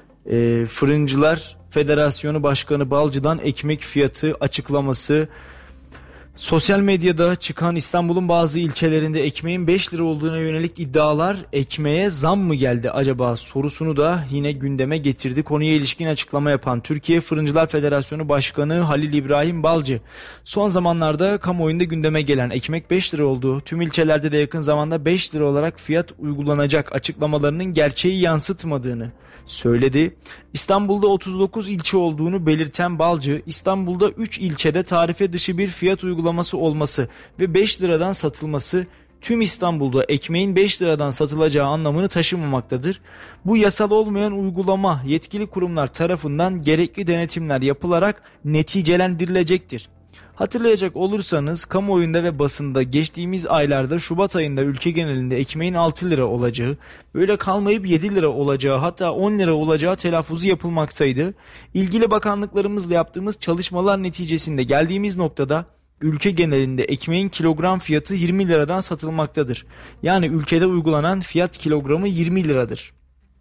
Fırıncılar Federasyonu Başkanı Balcı'dan ekmek fiyatı açıklaması. Sosyal medyada çıkan İstanbul'un bazı ilçelerinde ekmeğin 5 lira olduğuna yönelik iddialar, ekmeğe zam mı geldi acaba sorusunu da yine gündeme getirdi. Konuya ilişkin açıklama yapan Türkiye Fırıncılar Federasyonu Başkanı Halil İbrahim Balcı, son zamanlarda kamuoyunda gündeme gelen ekmek 5 lira olduğu, tüm ilçelerde de yakın zamanda 5 lira olarak fiyat uygulanacak açıklamalarının gerçeği yansıtmadığını söyledi. İstanbul'da 39 ilçe olduğunu belirten Balcı, İstanbul'da 3 ilçede tarife dışı bir fiyat uygulaması olması ve 5 liradan satılması tüm İstanbul'da ekmeğin 5 liradan satılacağı anlamını taşımamaktadır. Bu yasal olmayan uygulama yetkili kurumlar tarafından gerekli denetimler yapılarak neticelendirilecektir. Hatırlayacak olursanız kamuoyunda ve basında geçtiğimiz aylarda Şubat ayında ülke genelinde ekmeğin 6 lira olacağı, böyle kalmayıp 7 lira olacağı, hatta 10 lira olacağı telaffuzu yapılmaktaydı. İlgili bakanlıklarımızla yaptığımız çalışmalar neticesinde geldiğimiz noktada ülke genelinde ekmeğin kilogram fiyatı 20 liradan satılmaktadır. Yani ülkede uygulanan fiyat kilogramı 20 liradır.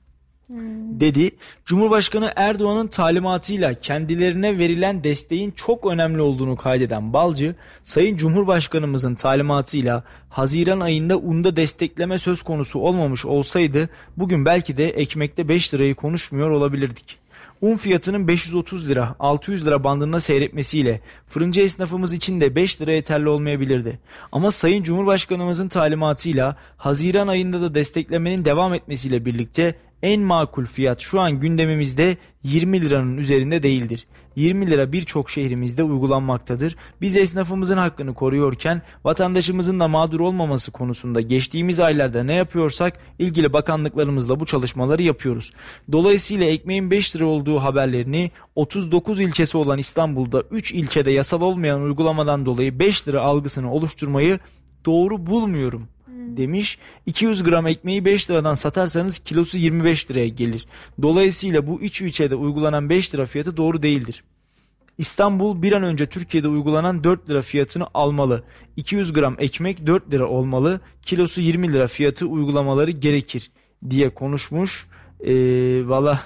Dedi. Cumhurbaşkanı Erdoğan'ın talimatıyla kendilerine verilen desteğin çok önemli olduğunu kaydeden Balcı, Sayın Cumhurbaşkanımızın talimatıyla Haziran ayında unda destekleme söz konusu olmamış olsaydı bugün belki de ekmekte 5 lirayı konuşmuyor olabilirdik. Un fiyatının 530 lira, 600 lira bandında seyretmesiyle fırıncı esnafımız için de 5 lira yeterli olmayabilirdi. Ama Sayın Cumhurbaşkanımızın talimatıyla Haziran ayında da desteklemenin devam etmesiyle birlikte en makul fiyat şu an gündemimizde 20 liranın üzerinde değildir. 20 lira birçok şehrimizde uygulanmaktadır. Biz esnafımızın hakkını koruyorken vatandaşımızın da mağdur olmaması konusunda geçtiğimiz aylarda ne yapıyorsak ilgili bakanlıklarımızla bu çalışmaları yapıyoruz. Dolayısıyla ekmeğin 5 lira olduğu haberlerini 39 ilçesi olan İstanbul'da 3 ilçede yasal olmayan uygulamadan dolayı 5 lira algısını oluşturmayı doğru bulmuyorum demiş. 200 gram ekmeği 5 liradan satarsanız kilosu 25 liraya gelir. Dolayısıyla bu 3 ilçede uygulanan 5 lira fiyatı doğru değildir. İstanbul bir an önce Türkiye'de uygulanan 4 lira fiyatını almalı. 200 gram ekmek 4 lira olmalı. Kilosu 20 lira fiyatı uygulamaları gerekir. diye konuşmuş. Valla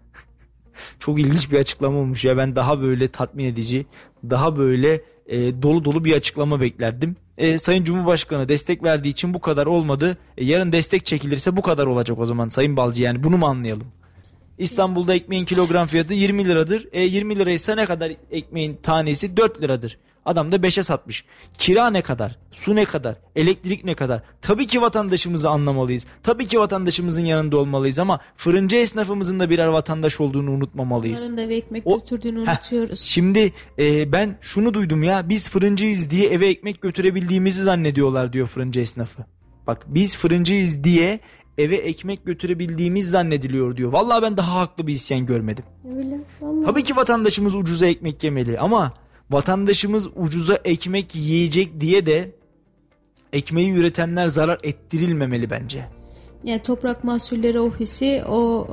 çok ilginç bir açıklama olmuş ya. Ben daha böyle tatmin edici, daha böyle dolu dolu bir açıklama beklerdim. Sayın Cumhurbaşkanı destek verdiği için bu kadar olmadı. Yarın destek çekilirse bu kadar olacak o zaman Sayın Balcı, yani bunu mu anlayalım? İstanbul'da ekmeğin kilogram fiyatı 20 liradır. 20 liraysa ne kadar ekmeğin tanesi? 4 liradır. Adam da 5'e satmış. Kira ne kadar? Su ne kadar? Elektrik ne kadar? Tabii ki vatandaşımızı anlamalıyız. Tabii ki vatandaşımızın yanında olmalıyız ama fırıncı esnafımızın da birer vatandaş olduğunu unutmamalıyız. Onların da eve ekmek götürdüğünü unutuyoruz. Şimdi ben şunu duydum ya, biz fırıncıyız diye eve ekmek götürebildiğimizi zannediyorlar diyor fırıncı esnafı. Bak, biz fırıncıyız diye eve ekmek götürebildiğimiz zannediliyor diyor. Vallahi ben daha haklı bir isyan görmedim. Öyle, vallahi. Tabii ki vatandaşımız ucuza ekmek yemeli ama vatandaşımız ucuza ekmek yiyecek diye de ekmeği üretenler zarar ettirilmemeli bence. Yani Toprak Mahsulleri Ofisi o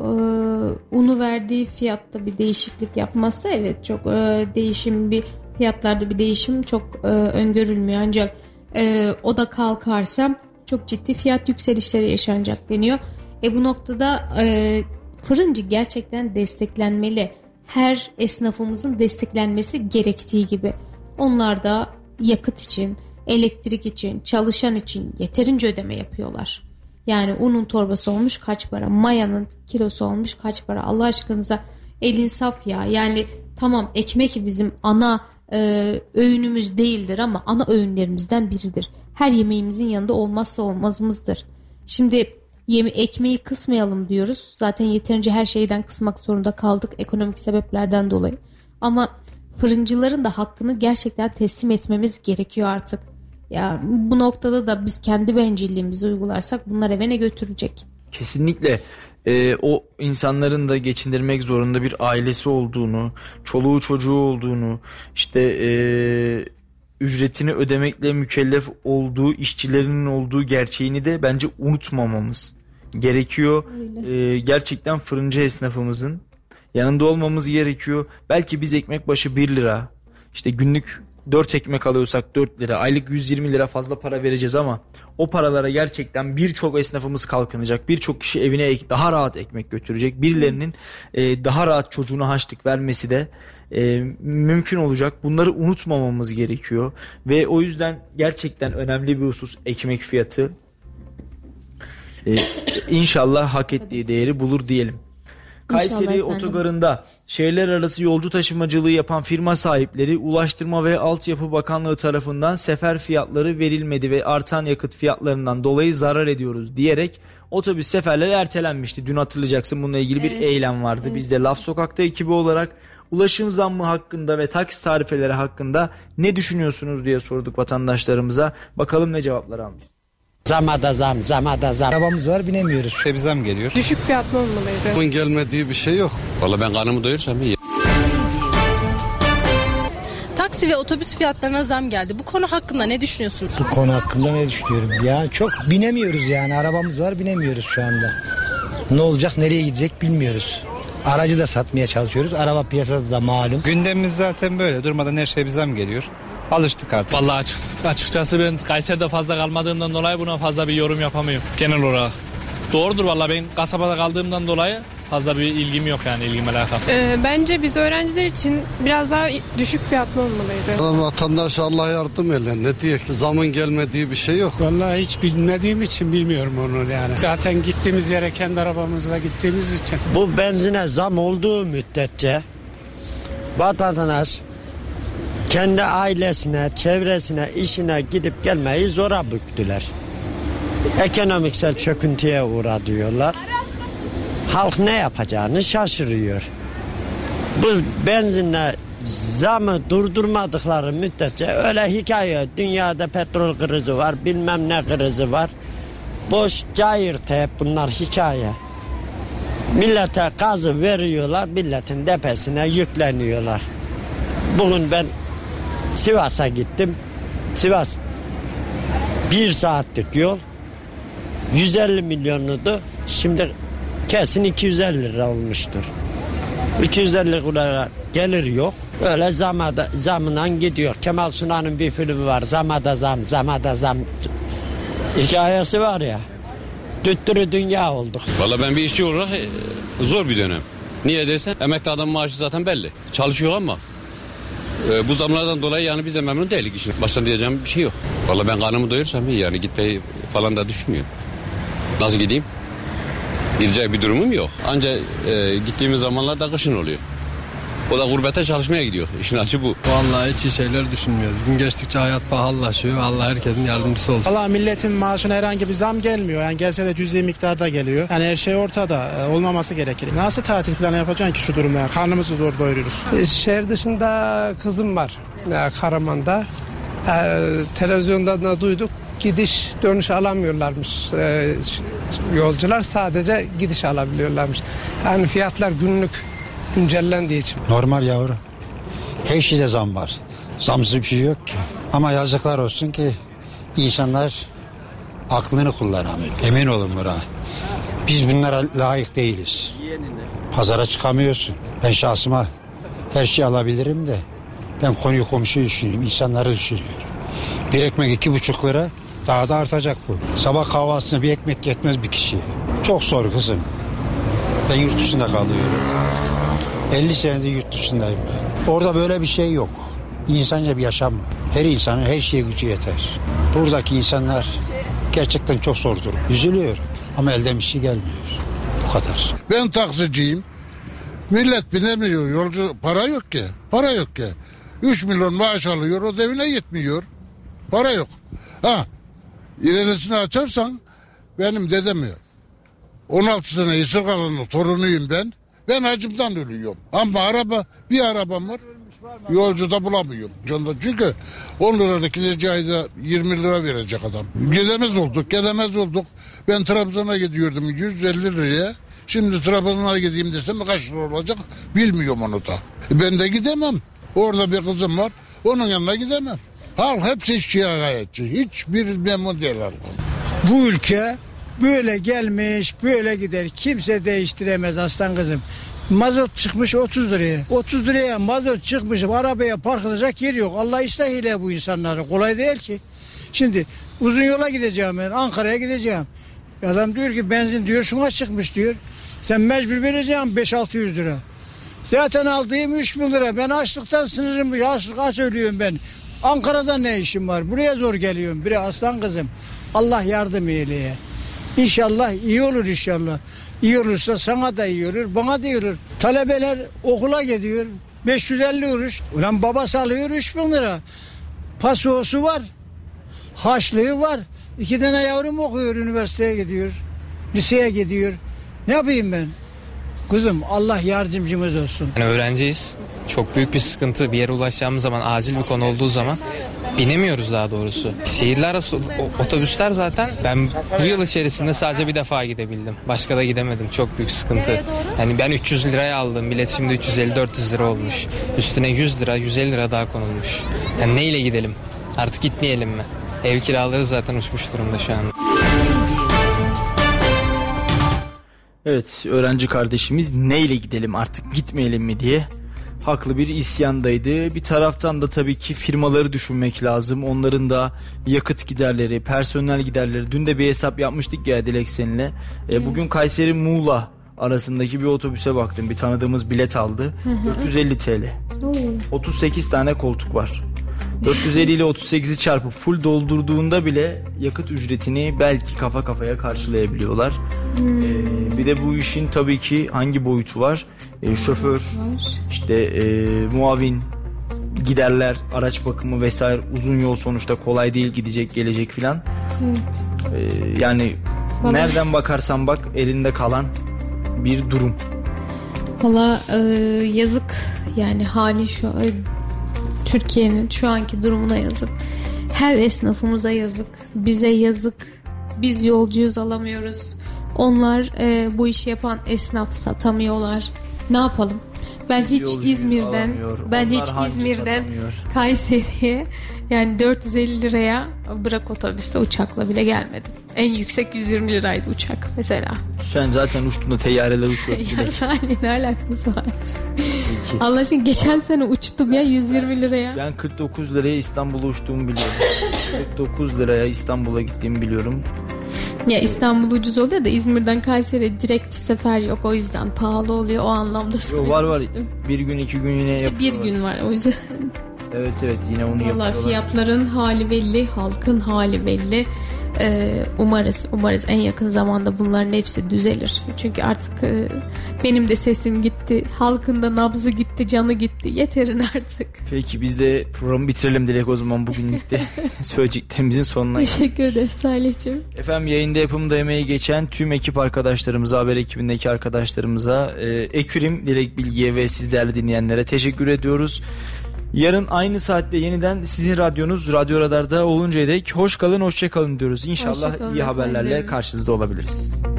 unu verdiği fiyatta bir değişiklik yapmazsa evet çok değişim, bir fiyatlarda bir değişim çok öngörülmüyor. Ancak o da kalkarsa çok ciddi fiyat yükselişleri yaşanacak deniyor. Bu noktada fırıncı gerçekten desteklenmeli. Her esnafımızın desteklenmesi gerektiği gibi. Onlar da yakıt için, elektrik için, çalışan için yeterince ödeme yapıyorlar. Yani unun torbası olmuş kaç para, mayanın kilosu olmuş kaç para, Allah aşkınıza elin saf ya. Yani tamam, ekmek bizim ana öğünümüz değildir ama ana öğünlerimizden biridir. Her yemeğimizin yanında olmazsa olmazımızdır. Şimdi ekmeği kısmayalım diyoruz. Zaten yeterince her şeyden kısmak zorunda kaldık ekonomik sebeplerden dolayı. Ama fırıncıların da hakkını gerçekten teslim etmemiz gerekiyor artık. Ya bu noktada da biz kendi bencilliğimizi uygularsak bunlar eve ne götürecek? Kesinlikle. O insanların da geçindirmek zorunda bir ailesi olduğunu, çoluğu çocuğu olduğunu, işte ücretini ödemekle mükellef olduğu işçilerinin olduğu gerçeğini de bence unutmamamız gerekiyor. Gerçekten fırıncı esnafımızın yanında olmamız gerekiyor. Belki biz ekmek başı 1 lira, işte günlük 4 ekmek alıyorsak 4 lira, aylık 120 lira fazla para vereceğiz ama o paralara gerçekten birçok esnafımız kalkınacak. Birçok kişi evine daha rahat ekmek götürecek. Birilerinin daha rahat çocuğuna harçlık vermesi de mümkün olacak. Bunları unutmamamız gerekiyor. Ve o yüzden gerçekten önemli bir husus ekmek fiyatı. İnşallah hak ettiği değeri bulur diyelim. Kayseri otogarında şehirler arası yolcu taşımacılığı yapan firma sahipleri Ulaştırma ve Altyapı Bakanlığı tarafından sefer fiyatları verilmedi ve artan yakıt fiyatlarından dolayı zarar ediyoruz diyerek otobüs seferleri ertelenmişti. Dün hatırlayacaksın, bununla ilgili bir eylem vardı. Evet. Biz de Laf Sokak'ta ekibi olarak ulaşım zammı hakkında ve taksi tarifeleri hakkında ne düşünüyorsunuz diye sorduk vatandaşlarımıza. Bakalım ne cevaplar almış. Zamada zam. Arabamız var, binemiyoruz. Bir zam geliyor. Düşük fiyatlı olmalıydı. Bunun gelmediği bir şey yok. Vallahi ben karnımı doyursam iyi. Taksi ve otobüs fiyatlarına zam geldi. Bu konu hakkında ne düşünüyorsun? Bu konu hakkında ne düşünüyorum? Yani çok binemiyoruz yani. Arabamız var, binemiyoruz şu anda. Ne olacak, nereye gidecek bilmiyoruz. Aracı da satmaya çalışıyoruz. Araba piyasada da malum. Gündemimiz zaten böyle. Durmadan her şeye bir zam geliyor. Alıştık artık. Vallahi açıkçası ben Kayseri'de fazla kalmadığımdan dolayı buna fazla bir yorum yapamıyorum genel olarak. Doğrudur vallahi, ben kasabada kaldığımdan dolayı fazla bir ilgim yok, yani ilgim alakası. Bence biz öğrenciler için biraz daha düşük fiyatlı olmalıydı. Vatandaş Allah yardım eder. Ne diyek? Zamın gelmediği bir şey yok. Vallahi hiç bilmediğim için bilmiyorum onu yani. Zaten gittiğimiz yere kendi arabamızla gittiğimiz için. Bu benzine zam olduğu müddetçe vatandaş kendi ailesine, çevresine, işine gidip gelmeyi zora büktüler. Ekonomiksel çöküntüye uğradıyorlar. Halk ne yapacağını şaşırıyor. Bu benzinle zamı durdurmadıkları müddetçe öyle hikaye. Dünyada petrol krizi var, bilmem ne krizi var. Boş, cayırtı hep bunlar hikaye. Millete gazı veriyorlar, milletin tepesine yükleniyorlar. Bugün ben Sivas'a gittim. Sivas 1 saatlik yol 150 milyonludu. Şimdi kesin 250 lira olmuştur. 250 lira gelir yok. Öyle zamına gidiyor. Kemal Sunal'ın bir filmi var. Zamada zam hikayesi var ya. Düttürü dünya olduk. Valla ben bir işçi olarak zor bir dönem. Niye dersen emekli adam maaşı zaten belli. Çalışıyor ama bu zamlardan dolayı yani biz de memnun değiliz işin. Baştan diyeceğim bir şey yok. Valla ben karnımı doyursam iyi yani gitmeyi falan da düşünmüyorum. Nasıl gideyim? Gidecek bir durumum yok. Ancak gittiğimiz zamanlarda kışın oluyor. O da gurbete çalışmaya gidiyor. İşin açı bu. Vallahi hiç iyi şeyler düşünmüyoruz. Gün geçtikçe hayat pahalılaşıyor. Allah herkesin yardımcısı olsun. Valla milletin maaşına herhangi bir zam gelmiyor. Yani gelse de cüzi miktarda geliyor. Yani her şey ortada. Olmaması gerekir. Nasıl tatil planı yapacaksın ki şu durumda? Karnımızı zor doyuruyoruz. Şehir dışında kızım var. Karaman'da. Televizyonda da duyduk. Gidiş dönüş alamıyorlarmış yolcular. Sadece gidiş alabiliyorlarmış. Yani fiyatlar günlük güncellendiği için. Normal yavrum. Her şeyde zam var. Zamsız bir şey yok ki. Ama yazıklar olsun ki insanlar aklını kullanamıyor. Emin olun buna. Biz bunlara layık değiliz. Pazara çıkamıyorsun. Ben şahsıma her şeyi alabilirim de ben konuyu komşuyu düşünüyorum. İnsanları düşünüyorum. Bir ekmek 2,5 lira. Daha da artacak bu. Sabah kahvaltısına bir ekmek yetmez bir kişiye. Çok zor kızım. Ben yurt dışında kalıyorum. 50 senedir yurt dışındayım ben. Orada böyle bir şey yok. İnsanca bir yaşam var. Her insanın her şeye gücü yeter. Buradaki insanlar gerçekten çok zor durum. Üzülüyor ama elden bir şey gelmiyor. Bu kadar. Ben taksiciyim. Millet binemiyor. Yolcu para yok ki. Para yok ki. 3 milyon maaş alıyor. O da evine yetmiyor. Para yok. İlerisini açarsan benim dedem yok. 16 sene Isırgalı'nın torunuyum ben. Ben acımdan ölüyorum. Ama bir arabam var. Yolcu da bulamıyorum. Çünkü 10 lirada gideceği ayda 20 lira verecek adam. Gelemez olduk. Ben Trabzon'a gidiyordum 150 liraya. Şimdi Trabzon'a gideyim desem kaç lira olacak bilmiyorum onu da. Ben de gidemem. Orada bir kızım var. Onun yanına gidemem. Halk hepsi şikayetçi. Hiçbir memnun değil halk. Bu ülke böyle gelmiş böyle gider. Kimse değiştiremez aslan kızım. Mazot çıkmış 30 liraya. 30 liraya mazot çıkmış, arabaya park edecek yer yok. Allah ıslahıyla bu insanları. Kolay değil ki. Şimdi uzun yola gideceğim ben. Ankara'ya gideceğim. Adam diyor ki benzin diyor şuna çıkmış diyor. Sen mecbur vereceğim 5-600 lira. Zaten aldığım 3.000 lira. Ben açlıktan sınırım. Yaşlık aç ölüyorum ben. Ankara'da ne işim var? Buraya zor geliyorum. Buraya aslan kızım. Allah yardım eyleye. İnşallah iyi olur inşallah. İyi olursa sana da iyi olur, bana da iyi olur. Talebeler okula gidiyor. 550 kuruş. Ulan babası alıyor 3.000 lira. Pasosu var. Haçlığı var. 2 tane yavrum okuyor, üniversiteye gidiyor. Liseye gidiyor. Ne yapayım ben? Kızım Allah yardımcımız olsun. Yani öğrenciyiz. Çok büyük bir sıkıntı. Bir yere ulaşacağımız zaman, acil bir konu olduğu zaman binemiyoruz daha doğrusu. Şehirler arası otobüsler zaten ben bu yıl içerisinde sadece bir defa gidebildim. Başka da gidemedim. Çok büyük sıkıntı. Yani ben 300 liraya aldım. Bilet şimdi 350-400 lira olmuş. Üstüne 100 lira, 150 lira daha konulmuş. Yani neyle gidelim? Artık gitmeyelim mi? Ev kiraları zaten uçmuş durumda şu an. Evet, öğrenci kardeşimiz neyle gidelim artık gitmeyelim mi diye haklı bir isyandaydı. Bir taraftan da tabii ki firmaları düşünmek lazım. Onların da yakıt giderleri, personel giderleri. Dün de bir hesap yapmıştık ya Dilek seninle. Bugün Kayseri Muğla arasındaki bir otobüse baktım. Bir tanıdığımız bilet aldı. 450 TL. 38 tane koltuk var. 450 ile 38'i çarpıp full doldurduğunda bile yakıt ücretini belki kafa kafaya karşılayabiliyorlar. Bir de bu işin tabii ki hangi boyutu var? Şoför, işte muavin, giderler, araç bakımı vesaire, uzun yol sonuçta kolay değil, gidecek gelecek filan. Yani nereden bakarsan bak elinde kalan bir durum. Valla yazık yani hali şu Türkiye'nin şu anki durumuna yazık. Her esnafımıza yazık. Bize yazık. Biz yolcuyuz alamıyoruz. Onlar bu işi yapan esnaf satamıyorlar. Ne yapalım? Ben hiç İzmir'den Kayseri'ye yani 450 liraya bırak otobüste uçakla bile gelmedim. En yüksek 120 liraydı uçak mesela. Sen zaten uçtuğunda teyyareler uçuyor. Ya ne alakası var? Allah aşkına geçen sene uçtum ya 120 liraya. Ben 49 liraya İstanbul'a uçtuğumu biliyorum. 49 liraya İstanbul'a gittiğimi biliyorum. Ya İstanbul ucuz oluyor da İzmir'den Kayseri'ye direkt sefer yok, o yüzden pahalı oluyor o anlamda söylemiştim. Var bir gün 2 gün yine İşte bir gün var o yüzden. Evet yine onu yapıyorlar. Vallahi fiyatların hali belli, halkın hali belli. Umarız en yakın zamanda bunların hepsi düzelir. Çünkü artık benim de sesim gitti, halkın da nabzı gitti, canı gitti. Yeterin artık. Peki biz de programı bitirelim Dilek o zaman bugünlük de söyleyeceklerimizin sonuna. Teşekkür ederim Salih'ciğim. Efendim yayında yapımda emeği geçen tüm ekip arkadaşlarımıza, haber ekibindeki arkadaşlarımıza, Ekür'im, Dilek Bilgi'ye ve siz değerli dinleyenlere teşekkür ediyoruz. Yarın aynı saatte yeniden sizin radyonuz Radyo Radar'da oluncaya dek hoş kalın, hoşça kalın diyoruz. İnşallah iyi haberlerle karşınızda olabiliriz.